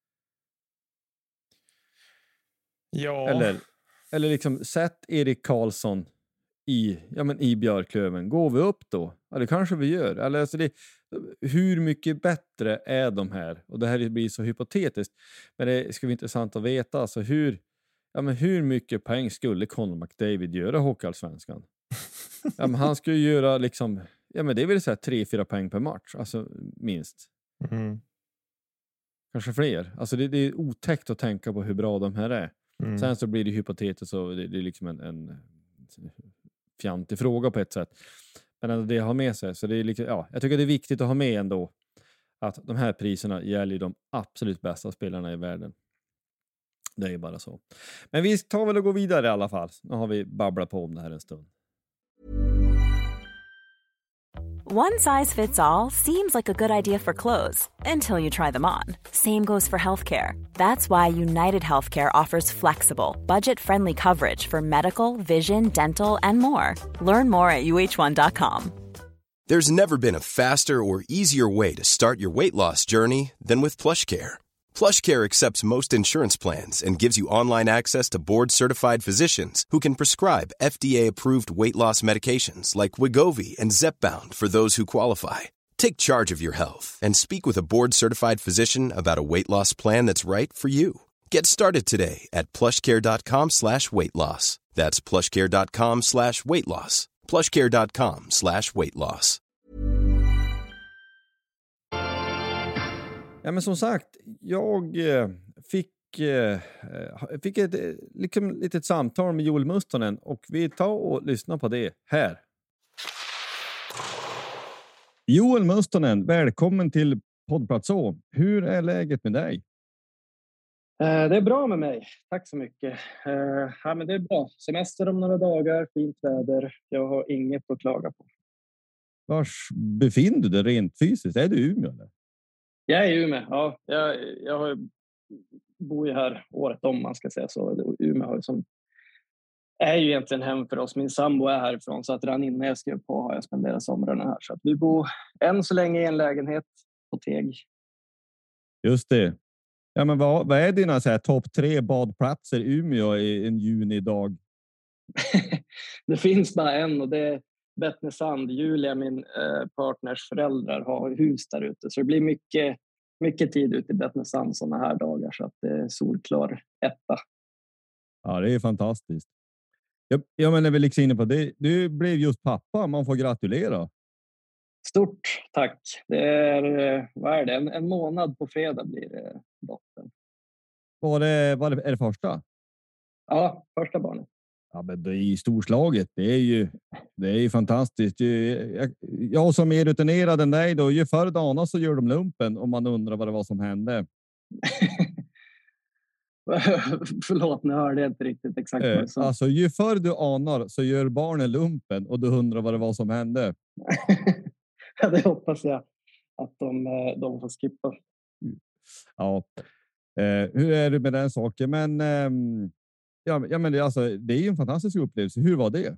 Ja. Eller, eller liksom sätt Erik Karlsson i, ja, men i Björklöven. Går vi upp då? Ja, det kanske vi gör. Eller, alltså det, hur mycket bättre är de här? Och det här blir så hypotetiskt. Men det ska bli intressant att veta. Alltså hur, ja, men hur mycket poäng skulle Connor McDavid göra i Hockeyallsvenskan? Ja, men han skulle göra liksom, ja, men det vill säga tre fyra poäng per match. Alltså minst. Mm. Kanske fler. Alltså det, det är otäckt att tänka på hur bra de här är. Mm. Sen så blir det hypotetiskt, så det, det är liksom en, en fjantig fråga på ett sätt. Men ändå det har med sig. Så det är liksom, ja, jag tycker det är viktigt att ha med ändå att de här priserna gäller de absolut bästa spelarna i världen. Det är ju bara så. Men vi tar väl och går vidare i alla fall. Nu har vi babblat på om det här en stund. One size fits all seems like a good idea for clothes until you try them on. Same goes for healthcare. That's why United Healthcare offers flexible, budget-friendly coverage for medical, vision, dental, and more. Learn more at U H one dot com. There's never been a faster or easier way to start your weight loss journey than with PlushCare. PlushCare accepts most insurance plans and gives you online access to board-certified physicians who can prescribe F D A-approved weight loss medications like Wegovy and Zepbound for those who qualify. Take charge of your health and speak with a board-certified physician about a weight loss plan that's right for you. Get started today at plushcare.com slash weight loss. That's plushcare.com slash weight loss. plushcare.com slash weight loss. Ja, men som sagt, jag eh, fick, eh, fick ett eh, liksom, litet samtal med Joel Mustonen och vi tar och lyssnar på det här. Joel Mustonen, välkommen till Poddplats Å. Hur är läget med dig? Eh, det är bra med mig. Tack så mycket. Eh, ja, men det är bra. Semester om några dagar, fint väder. Jag har inget att klaga på. Vars befinner du dig rent fysiskt? Är du i Umeå eller? Jag är i Umeå. Ja, jag, jag har, bor ju här året om, man ska säga så. Umeå har ju som, är ju egentligen hem för oss. Min sambo är härifrån, så att redan innan jag skrev på har jag spenderat somrarna här. Så att vi bor än så länge i en lägenhet på Teg. Just det. Ja, men vad, vad är dina så här topp tre badplatser i Umeå i en junidag? Det finns bara en och det är Bettnesand. Julia, min eh, partners föräldrar, har hus där ute. Så det blir mycket, mycket tid ute i Bettnesand sådana här dagar. Så att det är solklar etta. Ja, det är fantastiskt. Jag, jag menar väl liksom inne på det. Du blev just pappa. Man får gratulera. Stort tack. Det är, vad är det? En, en månad på fredag blir det dottern. Var det, var det, är det första? Ja, första barnet. Ja, men det är ju storslaget. Det är ju, det är ju fantastiskt. Jag, jag som är rutinerad än dig då, ju förr dagarna så gör de lumpen om man undrar vad det var som hände. Förlåt, nu hörde jag inte riktigt exakt vad du sa. Alltså, ju förr du anar så gör barnen lumpen och du undrar vad det var som hände. Ja, det hoppas jag att de, de får skippa. Ja, eh, hur är det med den saken? Men, eh, ja, ja, men det, alltså, det är ju en fantastisk upplevelse. Hur var det?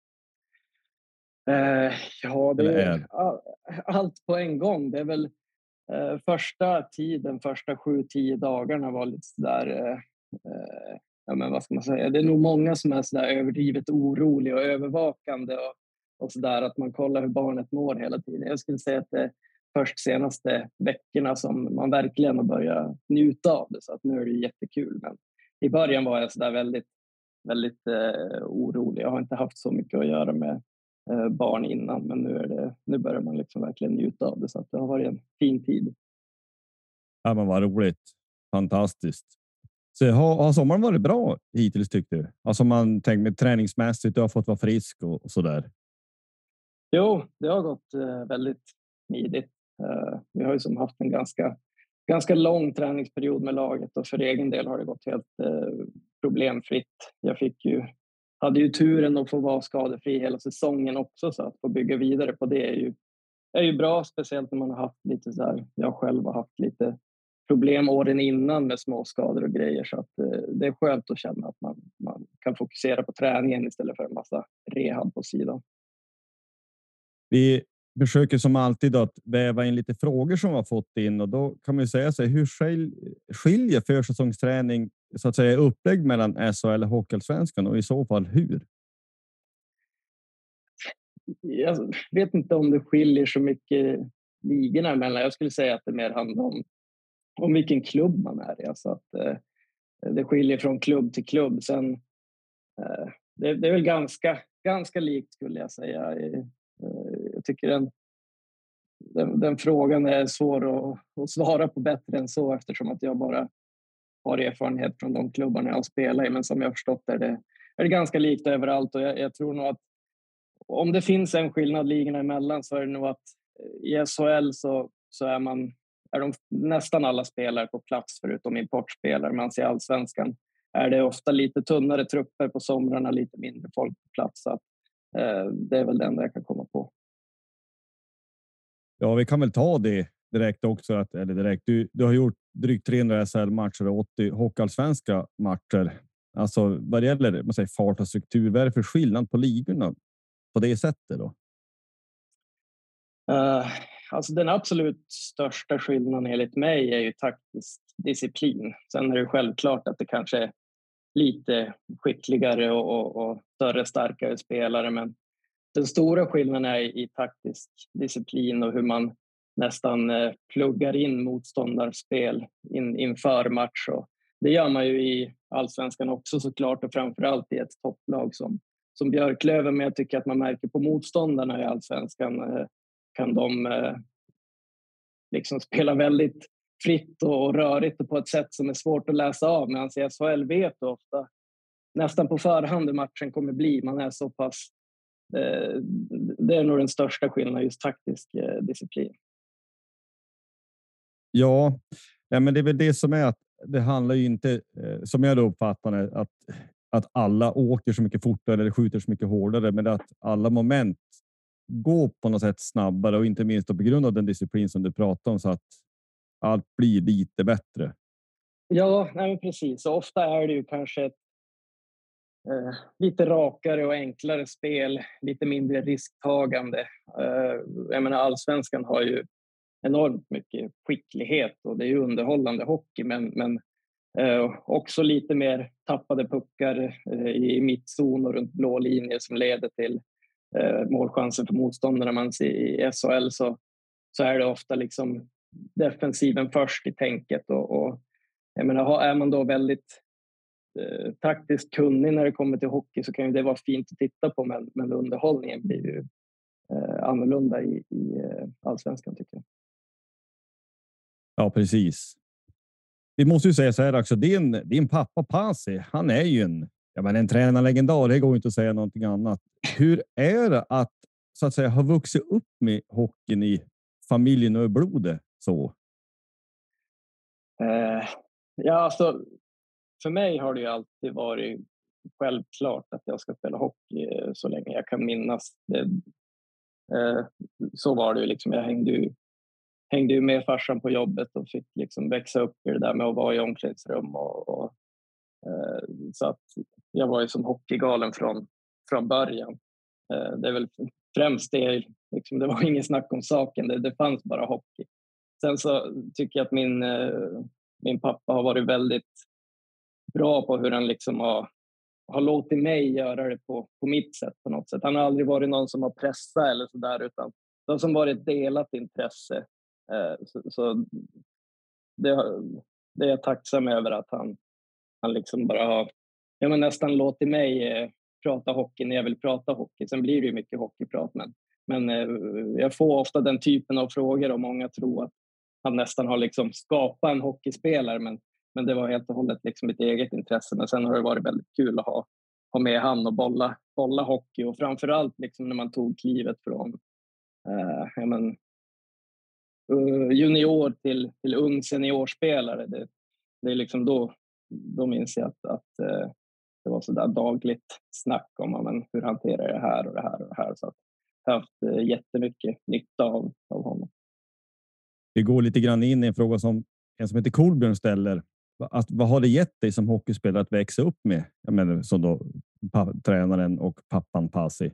Eh, ja, det Eller är all, allt på en gång. Det är väl eh, första tiden, första sju, tio dagarna var lite sådär, eh, eh, ja, men vad ska man säga? Det är nog många som är sådär överdrivet orolig och övervakande och och så där, att man kollar hur barnet mår hela tiden. Jag skulle säga att det är först senaste veckorna som man verkligen har börjat njuta av det, så att nu är det jättekul. Men i början var jag så där väldigt, väldigt eh, orolig. Jag har inte haft så mycket att göra med eh, barn innan, men nu, är det, nu börjar man liksom verkligen njuta av det, så att det har varit en fin tid. Ja, men vad roligt. Fantastiskt. Så har, har sommaren varit bra hittills, tyckte du? Alltså man tänker med träningsmässigt, du har fått vara frisk och, och så där. Jo, det har gått eh, väldigt smidigt. Eh, vi har ju som haft en ganska, ganska lång träningsperiod med laget och för egen del har det gått helt eh, problemfritt. Jag fick ju, hade ju turen att få vara skadefri hela säsongen också, så att få bygga vidare på det är ju, är ju bra, speciellt när man har haft lite så här, jag själv har haft lite problem åren innan med små skador och grejer, så att eh, det är skönt att känna att man, man kan fokusera på träningen istället för en massa rehab på sidan. Vi försöker som alltid att väva in lite frågor som vi har fått in och då kan man ju säga sig, hur skiljer försäsongsträning så att säga upplägg mellan S H L och Hockeyallsvenskan och i så fall hur? Jag vet inte om det skiljer så mycket ligorna emellan. Jag skulle säga att det mer handlar om, om vilken klubb man är i. Alltså att eh, det skiljer från klubb till klubb. Sen, eh, det, det är väl ganska, ganska likt skulle jag säga. Jag tycker den, den, den frågan är svår att, att svara på bättre än så, eftersom att jag bara har erfarenhet från de klubbarna jag spelar i. Men som jag har förstått är det, är det ganska likt överallt, och jag, jag tror nog att om det finns en skillnad ligorna emellan så är det nog att i S H L så, så är man är de nästan alla spelare på plats förutom importspelare. Men i Allsvenskan är det ofta lite tunnare trupper på somrarna, lite mindre folk på plats. Så att, eh, det är väl det enda jag kan komma på. Ja, vi kan väl ta det direkt också. Att, eller direkt, du, du har gjort drygt trehundra S H L-matcher och åttio hockeyallsvenska matcher. Alltså vad det gäller man säger, fart och struktur, vad är det för skillnad på ligorna på det sättet då? Uh, alltså den absolut största skillnaden enligt mig är ju taktisk disciplin. Sen är det självklart att det kanske är lite skickligare och, och, och större, starkare spelare, men den stora skillnaden är i taktisk disciplin och hur man nästan eh, pluggar in motståndarspel in, inför match. Och det gör man ju i allsvenskan också såklart, och framförallt i ett topplag som, som Björklöven. Men jag tycker att man märker på motståndarna i allsvenskan eh, kan de eh, liksom spela väldigt fritt och rörigt och på ett sätt som är svårt att läsa av. Medan i S H L vet du ofta nästan på förhand hur matchen kommer bli. Man är så pass... Eh, det är nog den största skillnaden, just taktisk eh, disciplin. Ja, ja, men det är väl det som är att det handlar ju inte, eh, som jag då uppfattar det, att, att alla åker så mycket fortare eller skjuter så mycket hårdare, men att alla moment går på något sätt snabbare och inte minst på grund av den disciplin som du pratar om, så att allt blir lite bättre. Ja, nej, precis. Så ofta är det ju kanske ett eh, lite rakare och enklare spel, lite mindre risktagande. Eh, jag menar, allsvenskan har ju enormt mycket skicklighet och det är ju underhållande hockey, men, men eh, också lite mer tappade puckar eh, i mittzon och runt blå linjer som leder till eh, målchanser för motståndarna. Man ser i S H L så, så är det ofta liksom defensiven först i tänket, och, och jag menar, är man då väldigt eh, taktiskt kunnig när det kommer till hockey så kan ju det vara fint att titta på, men, men underhållningen blir ju eh, annorlunda i, i eh, allsvenskan, tycker jag. Ja, precis. Vi måste ju säga så här också, din, din pappa Pasi, han är ju en, jag menar, en tränarlegendar, det går inte att säga någonting annat. Hur är det att, så att säga, ha vuxit upp med hockeyn i familjen och i blodet så? Eh, ja, alltså för mig har det ju alltid varit självklart att jag ska spela hockey så länge jag kan minnas. Det, eh, så var det ju liksom, jag hängde ju hängde ju med farsan på jobbet och fick liksom växa upp i det där med att vara i omklädningsrum. Och, och, eh, så att jag var ju som hockeygalen från, från början. Eh, det är väl främst det, liksom, det var ingen snack om saken, det, det fanns bara hockey. Sen så tycker jag att min, eh, min pappa har varit väldigt bra på hur han liksom har, har låtit mig göra det på, på mitt sätt på något sätt. Han har aldrig varit någon som har pressat eller sådär, utan det har som varit delat intresse. Så, så det, det är jag tacksam över, att han, han liksom bara har ja, men nästan låtit mig eh, prata hockey när jag vill prata hockey. Sen blir det ju mycket hockeyprat, men, men eh, jag får ofta den typen av frågor och många tror att han nästan har liksom skapat en hockeyspelare, men, men det var helt och hållet liksom mitt eget intresse. Men sen har det varit väldigt kul att ha, ha med han och bolla, bolla hockey, och framförallt liksom när man tog klivet från eh, ja, men, junior till, till ung seniorspelare. Det, det är liksom då, då minns jag att, att eh, det var så där dagligt snack om men, hur hanterar det här och det här och det här. Så att jag har haft eh, jättemycket nytta av, av honom. Vi går lite grann in i en fråga som en som heter Kolbjörn ställer. Att, vad har det gett dig som hockeyspelare att växa upp med? Jag menar, som då pa, tränaren och pappan Pasi.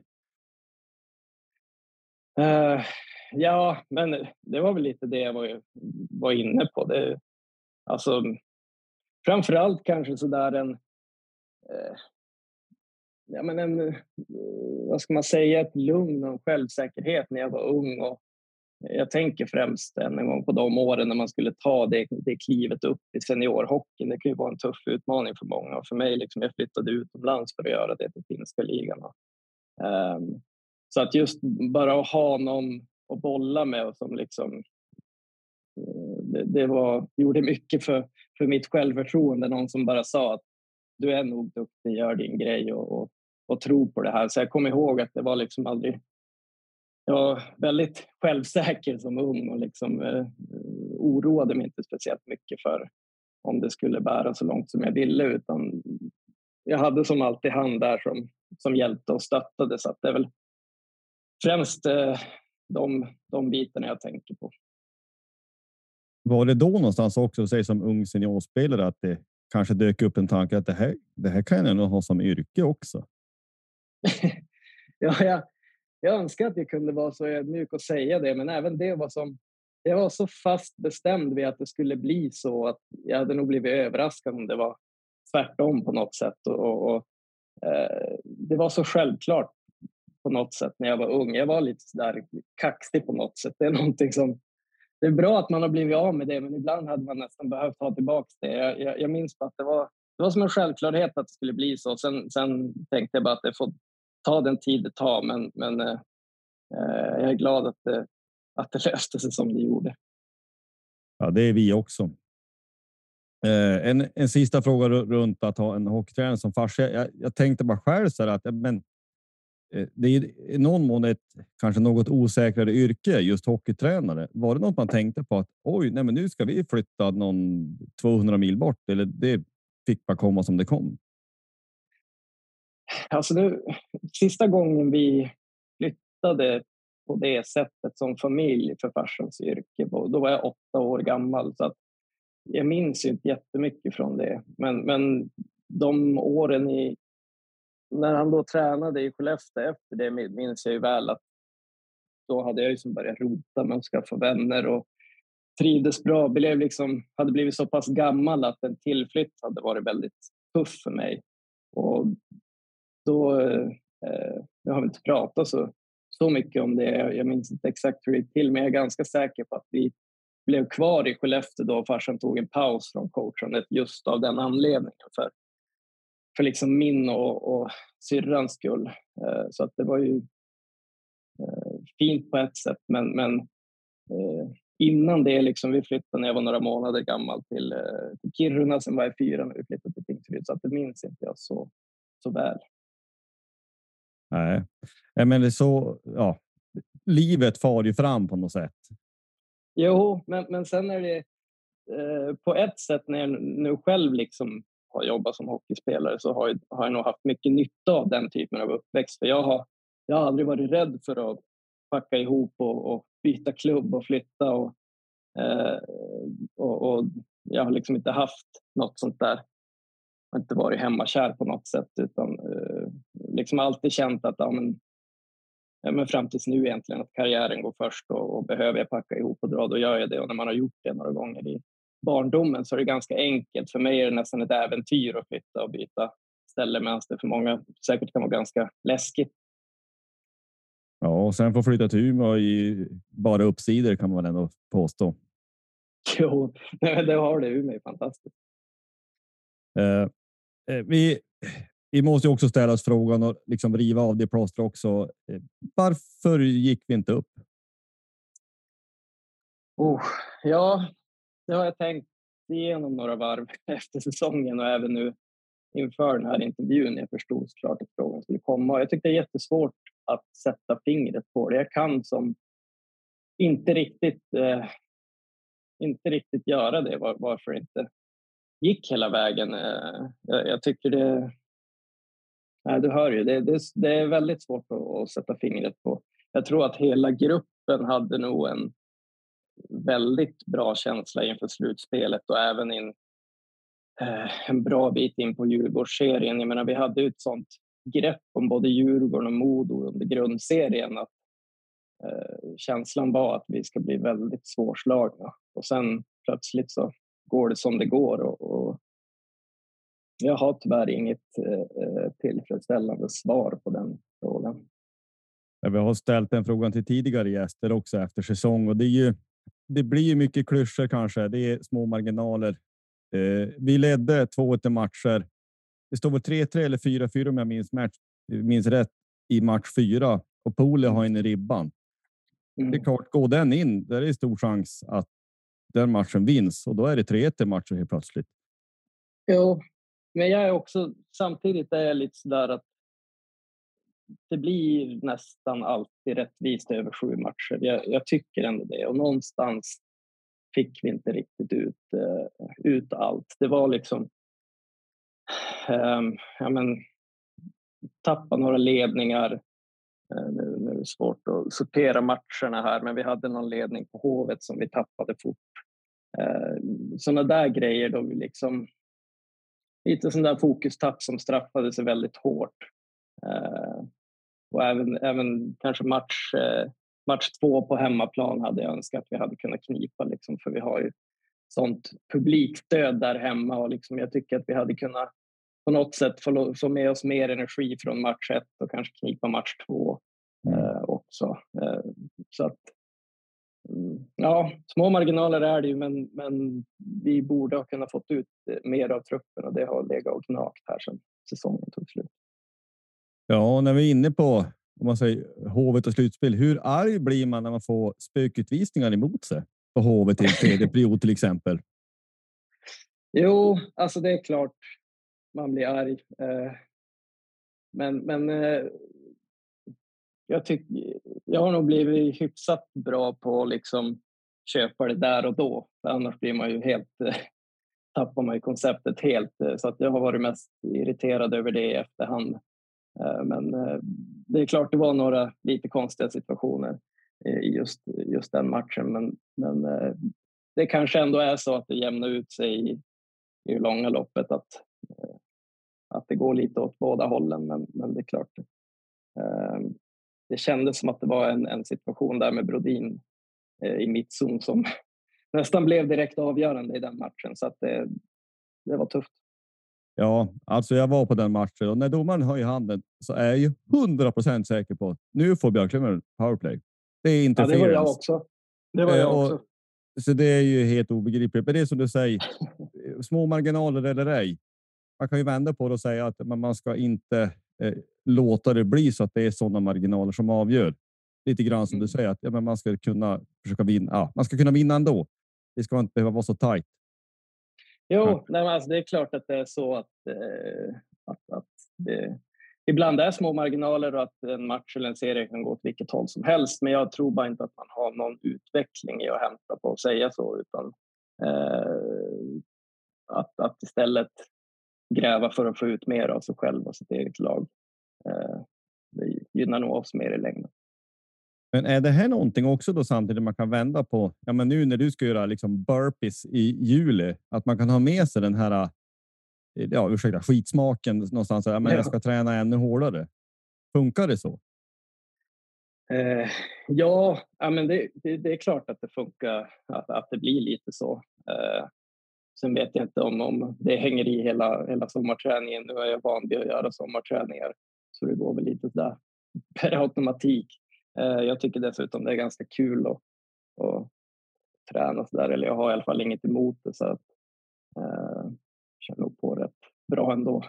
Uh, ja, men det var väl lite det jag var, var inne på. Det, alltså, framförallt kanske sådär en, uh, ja, men en, uh, vad ska man säga, ett lugn och en självsäkerhet när jag var ung. Och jag tänker främst en gång på de åren när man skulle ta det, det klivet upp i seniorhockeyn. Det kan ju vara en tuff utmaning för många. Och för mig, liksom, jag flyttade utomlands för att göra det till finska ligan. Um, så att just bara att ha någon att bolla med och som liksom, det, det var, gjorde mycket för, för mitt självförtroende. Någon som bara sa att du är nog duktig, gör din grej och, och, och tro på det här. Så jag kommer ihåg att det var liksom aldrig... Jag var väldigt självsäker som ung och liksom, eh, oroade mig inte speciellt mycket för om det skulle bära så långt som jag ville, utan jag hade som alltid hand där som, som hjälpte och stöttade. Så att det är väl främst eh, de, de bitarna jag tänker på. Var det då någonstans också, säg som ung seniorspelare, att det kanske dök upp en tanke att det här, det här kan jag nog ha som yrke också? ja, jag, jag önskar att jag kunde vara så ödmjuk och säga det, men även det var som, jag var så fast bestämd vid att det skulle bli så att jag hade nog blivit överraskad om det var tvärtom på något sätt. Och, och, och eh, det var så självklart på något sätt när jag var ung. Jag var lite där kaxig på något sätt. Det är någonting som, det är bra att man har blivit av med det, men ibland hade man nästan behövt ta tillbaka det. Jag, jag, jag minns att det var, det var som en självklarhet att det skulle bli så. Sen, sen tänkte jag bara att det får ta den tid det tar, men, men eh, jag är glad att det, att det löste sig som det gjorde. Ja, det är vi också. Eh, en, en sista fråga runt att ha en hockeytränare som farsa. Jag, jag tänkte bara själv så här att men, eh, det är i någon mån ett kanske något osäkrare yrke, just hockeytränare. Var det något man tänkte på att oj, nej, men nu ska vi flytta någon tvåhundra mil bort, eller det fick bara komma som det kom? Alltså nu, sista gången vi flyttade på det sättet som familj för farsans yrke, då var jag åtta år gammal, så att jag minns inte jättemycket från det. Men, men de åren i, när han då tränade i Skellefteå efter det, minns jag ju väl att då hade jag ju som börjat rota med att skaffa vänner och trivdes bra. Blev liksom, hade blivit så pass gammal att en tillflytt hade varit väldigt tuff för mig. Och då, eh, jag har inte pratat så, så mycket om det. Jag minns inte exakt hur det gick till, men jag är ganska säker på att vi blev kvar i Skellefteå då farsan tog en paus från coachandet just av den anledningen. För, för liksom min och, och syrrans skull. Eh, så att det var ju eh, fint på ett sätt, men, men eh, innan det liksom, vi flyttade när jag var några månader gammal till, eh, till Kiruna, sen var jag fyra när vi flyttade till Tingsryd, så att det minns inte jag så, så väl. Nej, men det är så, ja, livet far ju fram på något sätt. Jo, men, men sen är det eh, på ett sätt när jag nu själv liksom har jobbat som hockeyspelare, så har jag, har jag nog haft mycket nytta av den typen av uppväxt. För jag har, jag har aldrig varit rädd för att packa ihop och, och byta klubb och flytta. Och, eh, och, och jag har liksom inte haft något sånt där. Jag har inte varit hemmakär på något sätt, utan eh, liksom alltid känt att ja, men, ja, men fram tills nu egentligen att karriären går först, och, och behöver jag packa ihop och dra, då gör jag det. Och när man har gjort det några gånger i barndomen så är det ganska enkelt. För mig är det nästan ett äventyr att flytta och byta ställe, medan det för många säkert kan vara ganska läskigt. Ja, och sen få flytta till Umeå i bara uppsidor kan man ändå påstå. Jo, det har det. Umeå är fantastiskt. Eh, vi, vi måste ju också ställa oss frågan och liksom riva av det plåster också. Eh, varför gick vi inte upp? Oh, ja, det har jag tänkt igenom några varv efter säsongen och även nu inför den här intervjun. Jag förstod såklart att frågan skulle komma. Jag tyckte det är jättesvårt att sätta fingret på det. Jag kan som inte riktigt, eh, inte riktigt göra det. Var, varför inte gick hela vägen. Eh, jag, jag tycker det... Nej, du hör ju. Det, det, det är väldigt svårt att, att sätta fingret på. Jag tror att hela gruppen hade nog en väldigt bra känsla inför slutspelet och även in, eh, en bra bit in på Djurgårdsserien. Jag menar, vi hade ju ett sånt grepp om både Djurgården och Modo under grundserien att eh, känslan var att vi ska bli väldigt svårslagna. Och sen plötsligt så går det som det går, och, och jag har tyvärr inget eh, tillfredsställande svar på den frågan. Vi har ställt den frågan till tidigare gäster också efter säsong, och det är ju det blir ju mycket klyschor kanske. Det är små marginaler. Eh, vi ledde två ett matcher. Det står väl tre tre eller fyra fyra om jag minns, match, minns rätt i match fyra, och Pole har in i ribban. Mm. Det är klart, går den in, där är det stor chans att den matchen vinns, och då är det tre ett i matchen helt plötsligt. Jo, men jag är också, samtidigt är jag lite sådär att det blir nästan alltid rättvist över sju matcher. Jag, jag tycker ändå det. Och någonstans fick vi inte riktigt ut, uh, ut allt. Det var liksom... Um, ja, men, tappa några ledningar. Nu, nu är det svårt att sortera matcherna här, men vi hade någon ledning på Hovet som vi tappade fort. Sådana där grejer då vi liksom lite sån där fokustapp som straffade sig väldigt hårt. Och även, även kanske match, match två på hemmaplan hade jag önskat att vi hade kunnat knipa liksom, för vi har ju sånt publikstöd där hemma och liksom jag tycker att vi hade kunnat på något sätt få, få med oss mer energi från match ett och kanske knipa match två eh, också. Eh, så att mm, ja, små marginaler är det ju, men, men vi borde ha kunnat fått ut mer av truppen och det har legat och knakt här sedan säsongen tog slut. Ja, när vi är inne på om man säger Hovet och slutspel, hur arg blir man när man får spökutvisningar emot sig på Hovet i tredje period till exempel? Jo, alltså det är klart man blir arg. Men, men jag tycker jag har nog blivit hyfsat bra på att liksom köpa det där och då. För annars blir man ju helt tappar man ju konceptet helt. Så att jag har varit mest irriterad över det i efterhand. Men det är klart det var några lite konstiga situationer i just, just den matchen. Men, men det kanske ändå är så att det jämnar ut sig i, i långa loppet att, att det går lite åt båda hållen. Men, men det är klart. Det kändes som att det var en, en situation där med Brodin i mittzon som nästan blev direkt avgörande i den matchen. Så att det, det var tufft. Ja, alltså jag var på den matchen och när domaren höjer handen så är jag ju hundra procent säker på att nu får Björklöven powerplay. Det är inte ja, det var jag också. Det var jag och, också. Så det är ju helt obegripligt. Men det är som du säger, små marginaler eller ej. Man kan ju vända på det och säga att man ska inte eh, låta det bli så att det är sådana marginaler som avgör. Lite grann som mm. du säger att ja, men man ska kunna försöka vinna. Ja, man ska kunna vinna ändå. Det ska inte behöva vara så tajt. Jo, ja. nej, men alltså, det är klart att det är så att, eh, att, att det ibland är små marginaler och att en match eller en serie kan gå åt vilket håll som helst. Men jag tror bara inte att man har någon utveckling i att hämta på att säga så. Utan eh, att, att istället gräva för att få ut mer av sig själv och sitt eget lag. Eh, det gynnar nog oss mer i längden. Men är det här någonting också då samtidigt man kan vända på? Ja, men nu när du ska göra liksom burpees i juli, att man kan ha med sig den här ja, ursäkta, skitsmaken någonstans. Ja, men jag ska träna ännu hårdare. Funkar det så? Eh, ja, ja, men det, det, det är klart att det funkar, att, att det blir lite så. Eh, sen vet jag inte om, om det hänger i hela, hela sommarträningen. Nu är jag van vid att göra sommarträningar, så det går väl lite där per automatik. Eh, jag tycker dessutom det är ganska kul att, att träna så där, eller jag har i alla fall inget emot det, så att eh, känner nog på rätt bra ändå.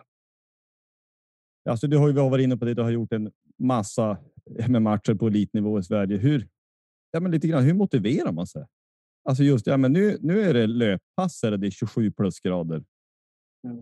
Alltså, du har ju varit inne på det. Du har gjort en massa med matcher på elitnivå i Sverige. Hur, ja, men lite grann, hur motiverar man sig? Alltså just, ja, men nu, nu är det löppass, eller det är tjugosju plusgrader. Mm.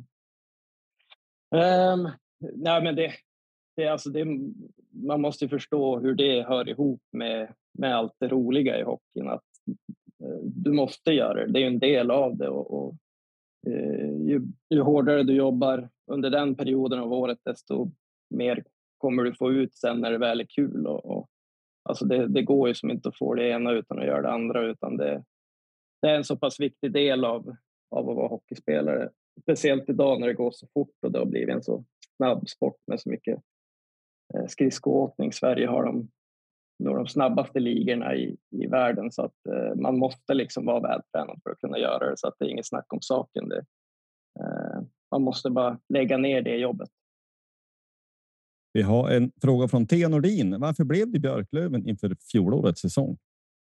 Um, nej, men det, det, alltså det, man måste ju förstå hur det hör ihop med, med allt det roliga i hockeyn. Att, uh, du måste göra det. Det är ju en del av det. Och, och uh, ju, ju hårdare du jobbar under den perioden av året, desto mer kommer du få ut sen när det väl är kul. Och, och, alltså det, det går ju som inte att få det ena utan att göra det andra. Utan det, det är en så pass viktig del av, av att vara hockeyspelare. Speciellt idag när det går så fort och det har blivit en så snabb sport med så mycket eh, skridskoåkning. Sverige har de, några av de snabbaste ligorna i, i världen, så att eh, man måste liksom vara vältränad för att kunna göra det, så att det är inget snack om saken. Det, eh, man måste bara lägga ner det jobbet. Vi har en fråga från Thea Nordin. Varför blev det Björklöven inför fjolårets säsong?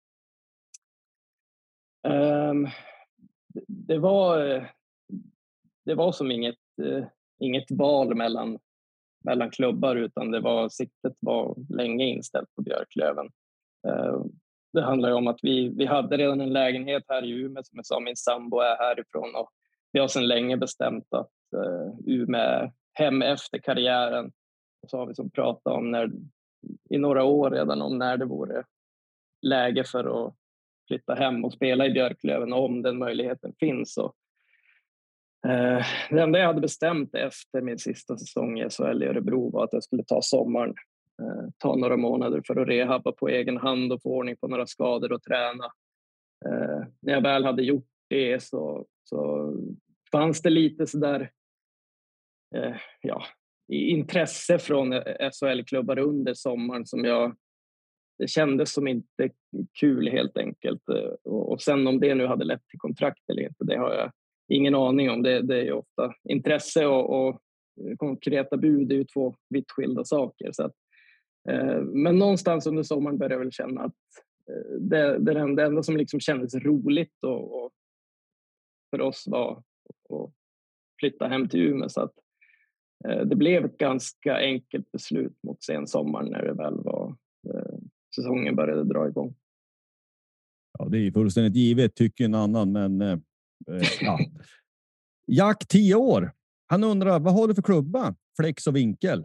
Um, det, det var det var som inget uh, inget val mellan mellan klubbar, utan det var siktet var länge inställt på Björklöven. Uh, det handlar om att vi vi hade redan en lägenhet här i Umeå, som jag sa, min sambo är härifrån, och vi har sedan länge bestämt att uh, Umeå hem efter karriären. Och så har vi som pratat om när i några år redan om när det vore läge för att flytta hem och spela i Björklöven, om den möjligheten finns. Och, eh, det enda jag hade bestämt efter min sista säsong i S H L i Örebro var att jag skulle ta sommaren eh, ta några månader för att rehabba på egen hand och få ordning på några skador och träna. Eh, när jag väl hade gjort det så, så fanns det lite sådär eh, ja, intresse från S H L-klubbar under sommaren som jag det kändes som inte kul helt enkelt. Och, och sen om det nu hade lett till kontrakt eller inte, det har jag ingen aning om. Det, det är ju ofta intresse och, och konkreta bud är ju två vitt skilda saker. Så att, eh, men någonstans under sommaren började jag väl känna att eh, det, det, det enda som liksom kändes roligt och, och för oss var att flytta hem till Umeå. Så att, eh, det blev ett ganska enkelt beslut mot sen sommaren när det väl var eh, säsongen började dra igång. Ja, det är fullständigt givet, tycker en annan, men eh, ja. Jack, tio år. Han undrar, vad har du för klubba? Flex och vinkel.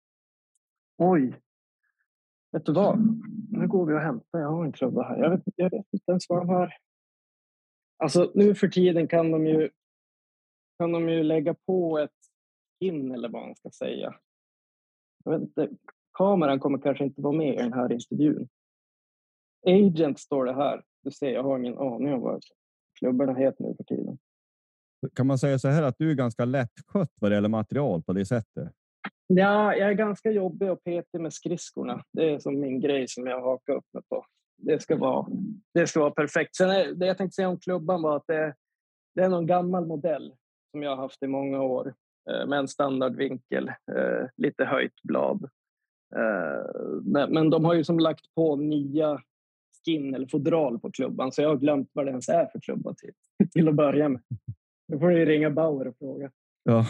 Oj. Vet du vad? Nu går vi och hämtar. Jag har en klubba här. Jag vet, jag vet inte ens vad de har. Alltså nu för tiden kan de ju kan de ju lägga på ett in eller vad man ska säga. Jag vet inte. Kameran kommer kanske inte vara med i den här intervjun. Agent står det här. Du ser, jag har ingen aning om vad klubbarna heter nu för tiden. Kan man säga så här att du är ganska lättskött vad det gäller material på det sättet? Ja, jag är ganska jobbig och petig med skridskorna. Det är som min grej som jag hakar upp mig på. Det ska vara, det ska vara perfekt. Sen är, det jag tänkte säga om klubban var att det, det är någon gammal modell som jag har haft i många år. Eh, med en standardvinkel, eh, lite höjt blad. Eh, men, men de har ju som lagt på nya skin eller fodral på klubban. Så jag har glömt vad det ens är för klubba till, till att börja med. Nu får du ringa Bauer och fråga. Ja,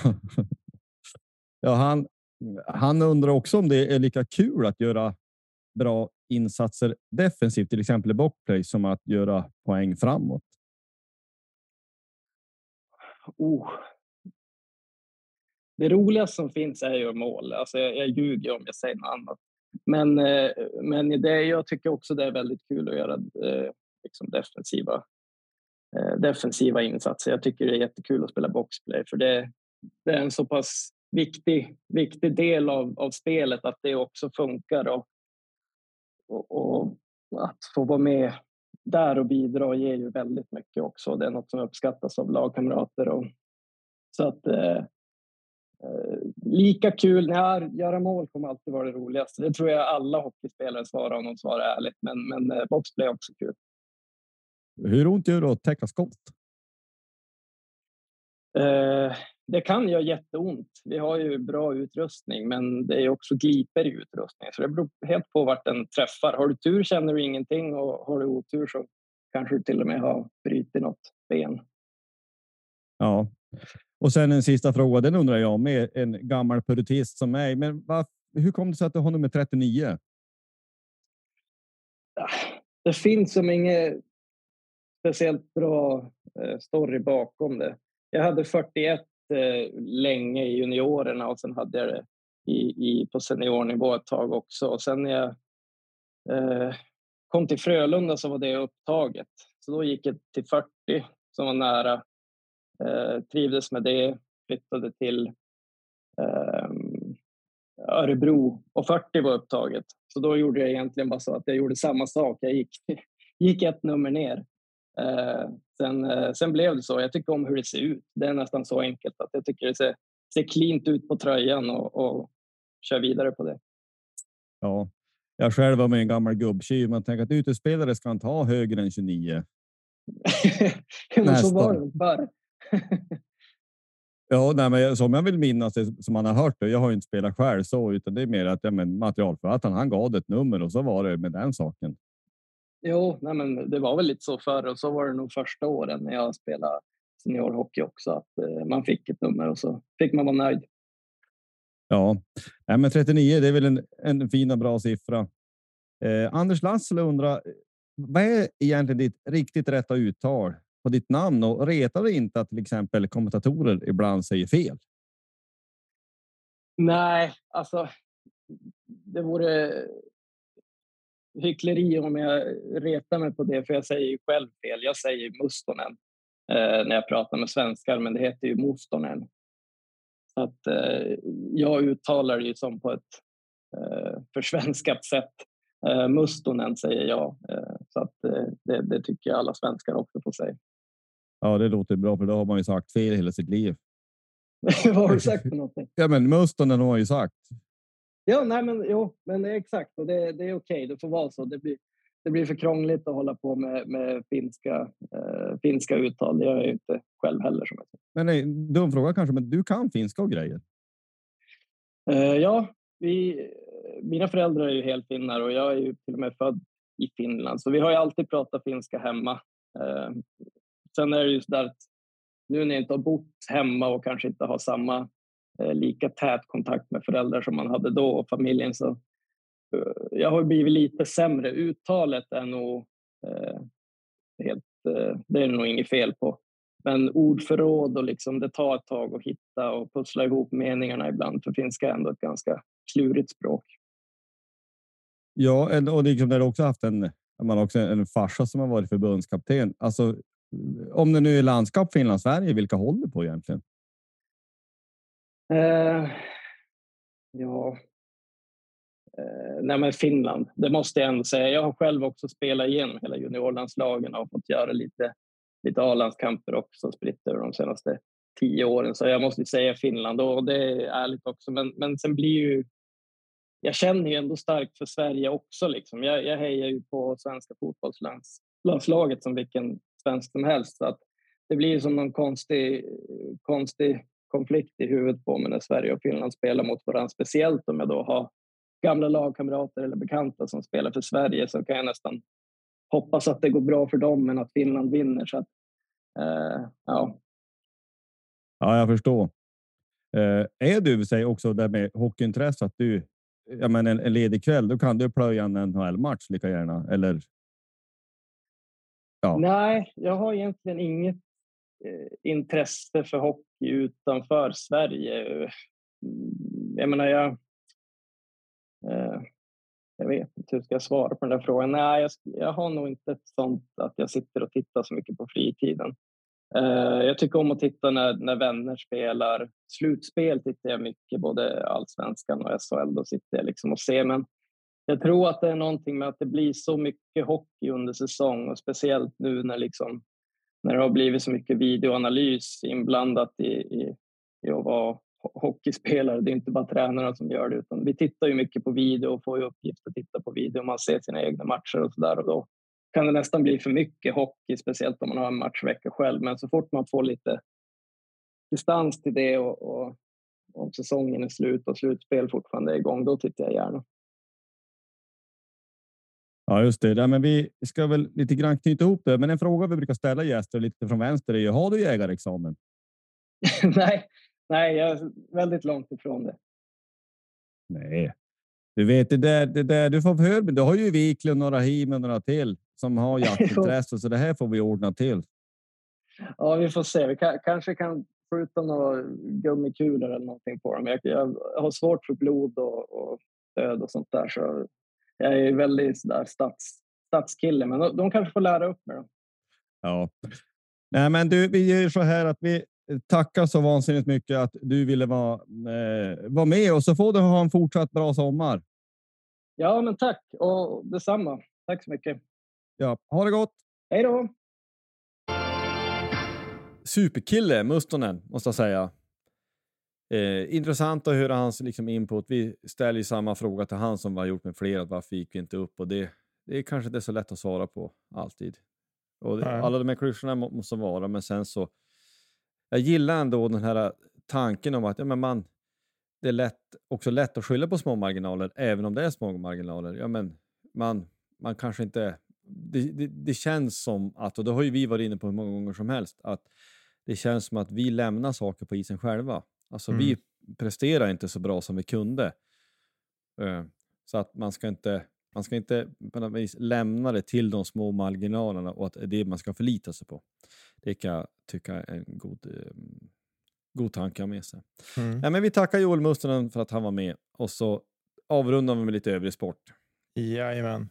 ja han, han undrar också om det är lika kul att göra bra insatser defensivt, till exempel i boxplay, som att göra poäng framåt. Oh. Det roligaste som finns är ju mål. Alltså jag, jag ljuger om jag säger något annat. Men, eh, men det, jag tycker också det är väldigt kul att göra eh, liksom defensiva, eh, defensiva insatser. Jag tycker det är jättekul att spela boxplay. För det, det är en så pass viktig, viktig del av, av spelet att det också funkar. Och, och, och att få vara med där och bidra ger ju väldigt mycket också. Det är något som uppskattas av lagkamrater. Och, så att... Eh, Eh, lika kul, ja, göra mål kommer alltid vara det roligaste. Det tror jag alla hockeyspelare svarar om de svarar ärligt. Men, men eh, boxplay är också kul. Hur ont gör det att täcka skott? Eh, det kan göra jätteont. Vi har ju bra utrustning, men det är också gliper i utrustningen. Så det beror helt på vart den träffar. Har du tur känner du ingenting och har du otur så kanske du till och med har brutit något ben. Ja. Och sen en sista fråga, den undrar jag med en gammal puritist som mig. Men var, hur kom det sig att du har nummer trettionio? Det finns som inget speciellt bra story bakom det. Jag hade fyrtioett länge i juniorerna och sen hade jag det i, i, på seniornivå ett tag också. Och sen när jag eh, kom till Frölunda så var det upptaget. Så då gick jag till fyrtio som var nära. Eh, trivdes med det, flyttade till eh, Örebro och fyrtio var upptaget. Så då gjorde jag egentligen bara så att jag gjorde samma sak. Jag gick, gick ett nummer ner. Eh, sen, eh, sen blev det så. Jag tycker om hur det ser ut. Det är nästan så enkelt att jag tycker det ser, ser cleant ut på tröjan och, och kör vidare på det. Ja, jag själv var med en gammal gubbtjuv. Man tänker att utespelare ska inte ha högre än tjugonio. Men så var det bara. Ja, nej, men som jag vill minnas det, som man har hört det. Jag har ju inte spelat själv så, utan det är mer att ja, men materialförvaltaren, han gav ett nummer och så var det med den saken. Jo, nej, men det var väl lite så förr och så var det nog första åren när jag spelade seniorhockey också att eh, man fick ett nummer och så fick man vara nöjd. Ja, nej, men trettionio, det är väl en, en fin och bra siffra. Eh, Anders Lassle undrar, vad är egentligen ditt riktigt rätta uttal på ditt namn och retar det inte att till exempel kommentatorer ibland säger fel? Nej, alltså det vore hyckleri om jag retar mig på det, för jag säger ju själv fel. Jag säger Mustonen eh, när jag pratar med svenskar, men det heter ju Mustonen. Så att eh, jag uttalar det ju som på ett eh, försvenskat sätt. Eh, Mustonen säger jag. Eh, så att eh, det, det tycker jag alla svenskar också får säga. Ja, det låter bra, för då har man ju sagt fel hela sitt liv. Vad har du sagt för någonting? Ja, men Mustonen har ju sagt. Ja, nej men jo, men exakt. Och det, det är okej, det får vara så. Det blir, det blir för krångligt att hålla på med, med finska, eh, finska uttal. Det gör jag ju inte själv heller. Som jag säger. Men nej, dum fråga kanske, men du kan finska och grejer? Eh, ja, vi, mina föräldrar är ju helt finnar och jag är ju till och med född i Finland. Så vi har ju alltid pratat finska hemma. Eh, sen är det ju så där att nu när jag inte har bott hemma och kanske inte har samma eh, lika tät kontakt med föräldrar som man hade då och familjen, så eh, jag har blivit lite sämre. Uttalet är nog eh, helt, eh, det är nog inget fel på. Men ordförråd och liksom, det tar ett tag att hitta och pussla ihop meningarna ibland. För finska är ändå ett ganska klurigt språk. Ja, och liksom där också haft en, man har också en farsa som har varit förbundskapten. Alltså, om det nu är landskap Finland-Sverige, vilka håller på egentligen? Eh, ja, eh, nej men Finland, det måste jag ändå säga. Jag har själv också spelat igenom hela juniorlandslagen och fått göra lite, lite A-landskamper också, spritt över de senaste tio åren. Så jag måste säga Finland, och det är ärligt också. Men, men sen blir ju, jag känner ju ändå starkt för Sverige också. Liksom. Jag, jag hejar ju på svenska fotbollslandslaget som vilken svensk som helst. Så att det blir som någon konstig, konstig konflikt i huvudet på mig när Sverige och Finland spelar mot varandra. Speciellt om jag då har gamla lagkamrater eller bekanta som spelar för Sverige, så kan jag nästan hoppas att det går bra för dem men att Finland vinner. Så att, eh, ja. Ja, jag förstår. Eh, är du, säg också där med hockeyintresse, att du, ja men en, en ledig kväll, då kan du plöja en N H L-match lika gärna, eller? Ja. Nej, jag har egentligen inget eh, intresse för hockey utanför Sverige. Jag menar, jag eh, jag vet inte hur ska jag svara på den där frågan. Nej, jag, jag har nog inte ett sånt att jag sitter och tittar så mycket på fritiden. Uh, jag tycker om att titta när, när vänner spelar. Slutspel tittar jag mycket, både Allsvenskan och S H L. Då sitter jag liksom och ser. Men jag tror att det är någonting med att det blir så mycket hockey under säsong. Och speciellt nu när, liksom, när det har blivit så mycket videoanalys inblandat i, i, i att vara hockeyspelare. Det är inte bara tränarna som gör det, utan vi tittar ju mycket på video och får ju uppgift att titta på video. Man ser sina egna matcher och sådär, och då kan det nästan bli för mycket hockey, speciellt om man har en matchvecka själv. Men så fort man får lite distans till det och, och om säsongen är slut och slutspel fortfarande är igång, då tittar jag gärna. Ja, just det. Ja, men vi ska väl lite grann knyta ihop det. Men en fråga vi brukar ställa gäster lite från vänster är ju, har du jägarexamen? nej, nej, jag är väldigt långt ifrån det. Nej. Du vet, det där, det där du får höra, men du har ju Wiklund, några Him och några till som har jaktintresse, så det här får vi ordna till. Ja, vi får se. Vi kan, kanske kan skjuta några gummikulor eller någonting på dem. Jag, jag har svårt för blod och, och död och sånt där, så jag är väldigt sådär stats, stadskille, men de, de kanske får lära upp mig då. Ja. Nej, men du, vi gör så här att vi tackar så vansinnigt mycket att du ville vara, eh, vara med, och så får du ha en fortsatt bra sommar. Ja, men tack. Och detsamma. Tack så mycket. Ja, ha det gott. Hej då. Superkille, Mustonen, måste jag säga. Eh, intressant att höra hans liksom input. Vi ställer ju samma fråga till han som vi har gjort med flera. Varför gick vi inte upp? Och det, det är kanske inte så lätt att svara på alltid. Och det, alla de här klyschorna måste vara, men sen så jag gillar ändå den här tanken om att ja, men man, det är lätt, också lätt att skylla på små marginaler, även om det är små marginaler. Ja, men man, man kanske inte... Det, det, det känns som att, och det har ju vi varit inne på hur många gånger som helst, att det känns som att vi lämnar saker på isen själva. Alltså mm. vi presterar inte så bra som vi kunde. Uh, så att man ska inte... Man ska inte på något vis lämna det till de små marginalerna och att det är det man ska förlita sig på. Det kan jag tycka är en god, eh, god tanke med sig. Mm. Ja, men vi tackar Joel Mustonen för att han var med. Och så avrundar vi med lite övrig sport. Jajamän.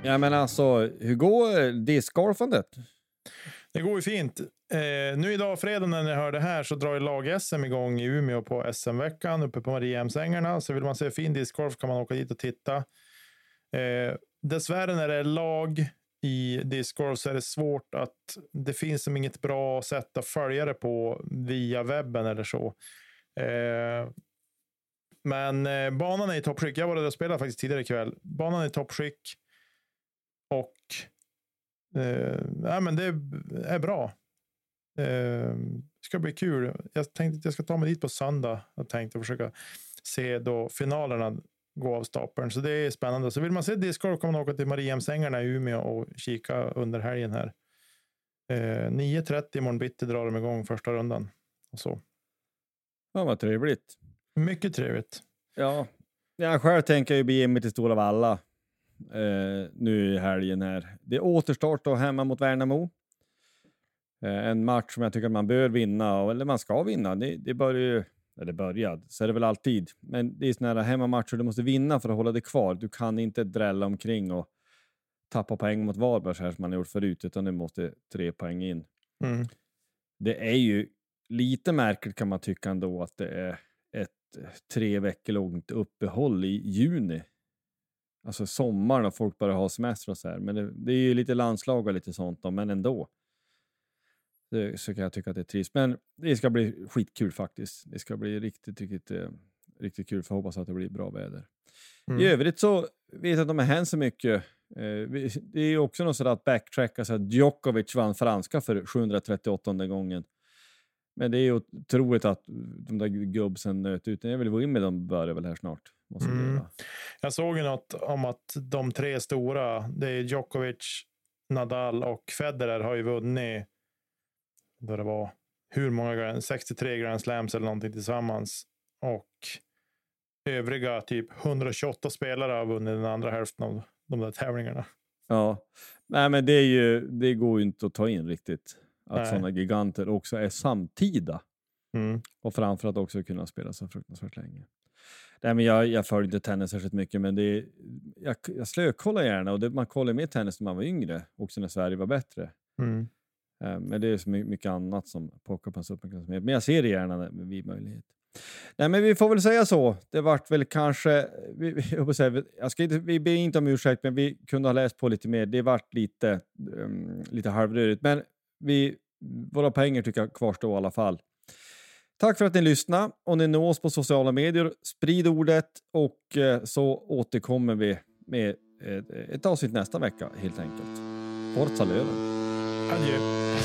Ja, men alltså, hur går discgolfandet? Det går ju fint. Eh, nu idag fredag när ni hör det här så drar ju lag-S M igång i Umeå på S M-veckan uppe på Mariehemsängarna. Så vill man se fin discgolf kan man åka dit och titta. Eh, dessvärre när det är lag i discgolf så är det svårt att det finns som inget bra sätt att följa det på via webben eller så. Eh, men eh, banan är i toppskick. Jag var där och spelade faktiskt tidigare ikväll. Banan är i toppskick och eh, ja, men det är bra. Eh, det ska bli kul. Jag tänkte att jag ska ta mig dit på söndag. Jag tänkte försöka se då finalerna gå av stapeln. Så det är spännande. Så vill man se discgolf kan man åka till Mariehemsängarna i Umeå och kika under helgen här. Eh, nio trettio imorgon bitti drar de igång första rundan. Och så. Ja, vad trevligt. Mycket trevligt. Ja, jag själv tänker ju bege mig till Stora Valla eh, nu i helgen här. Det är återstart då hemma mot Värnamo. Eh, en match som jag tycker att man bör vinna, eller man ska vinna. Det, det börjar ju, eller började, så är det väl alltid. Men det är såna här hemmamatcher du måste vinna för att hålla det kvar. Du kan inte drälla omkring och tappa poäng mot Varberg så här som man har gjort förut, utan du måste tre poäng in. Mm. Det är ju lite märkligt kan man tycka ändå att det är ett tre veckor långt uppehåll i juni. Alltså sommaren och folk börjar ha semester och så här. Men det, det är ju lite landslag och lite sånt då, men ändå. Det, så kan jag tycka att det är trist. Men det ska bli skitkul faktiskt. Det ska bli riktigt, riktigt, eh, riktigt kul. För att hoppas att det blir bra väder. Mm. I övrigt så vet jag att de har hänt så mycket. Eh, det är ju också något sådär att backtracka så att Djokovic vann franska för sjuhundratrettioåttonde gången. Men det är ju otroligt att de där gubbsen nöt ut. Jag vill gå in med dem börjar väl här snart. Mm. Jag såg ju något om att de tre stora, det är Djokovic, Nadal och Federer har ju vunnit då det var hur många sextiotre Grand Slams eller någonting tillsammans. Och övriga typ etthundratjugoåtta spelare har vunnit den andra hälften av de där tävlingarna. Ja, nej men det är ju, det går ju inte att ta in riktigt. Att sådana giganter också är samtida. Mm. Och framförallt också kunna spela så fruktansvärt länge. Nej, men jag, jag följer inte tennis särskilt mycket. Men det är, jag, jag slökollar gärna. Och det, man kollar med tennis när man var yngre. Också när Sverige var bättre. Mm. Uh, men det är så mycket, mycket annat som pockar på ens uppmärksamhet. Men jag ser det gärna vid möjlighet. Nej, men vi får väl säga så. Det vart väl kanske... Vi, jag säga, jag ska inte, vi ber inte om ursäkt. Men vi kunde ha läst på lite mer. Det vart lite, um, lite halvrörigt. Men vi, våra pengar tycker jag kvarstår i alla fall. Tack för att ni lyssnade. Och ni når oss på sociala medier. Sprid ordet. Och eh, så återkommer vi med ett, ett avsnitt nästa vecka helt enkelt. Forza Löven. Adjö.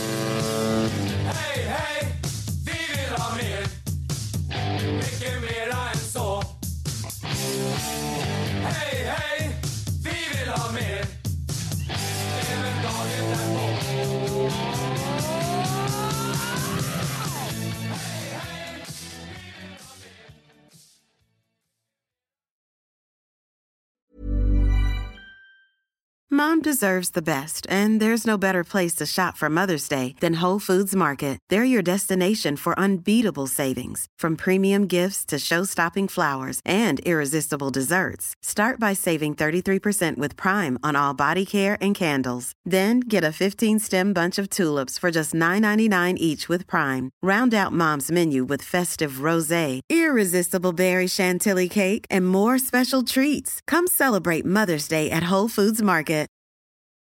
Hej, hej! Vi vill ha mer. Mycket mera än så. Hej, hej! Vi vill ha mer. Även dagen därpå. Mom deserves the best, and there's no better place to shop for Mother's Day than Whole Foods Market. They're your destination for unbeatable savings, from premium gifts to show-stopping flowers and irresistible desserts. Start by saving thirty-three percent with Prime on all body care and candles. Then get a fifteen-stem bunch of tulips for just nine ninety-nine each with Prime. Round out Mom's menu with festive rosé, irresistible berry chantilly cake, and more special treats. Come celebrate Mother's Day at Whole Foods Market.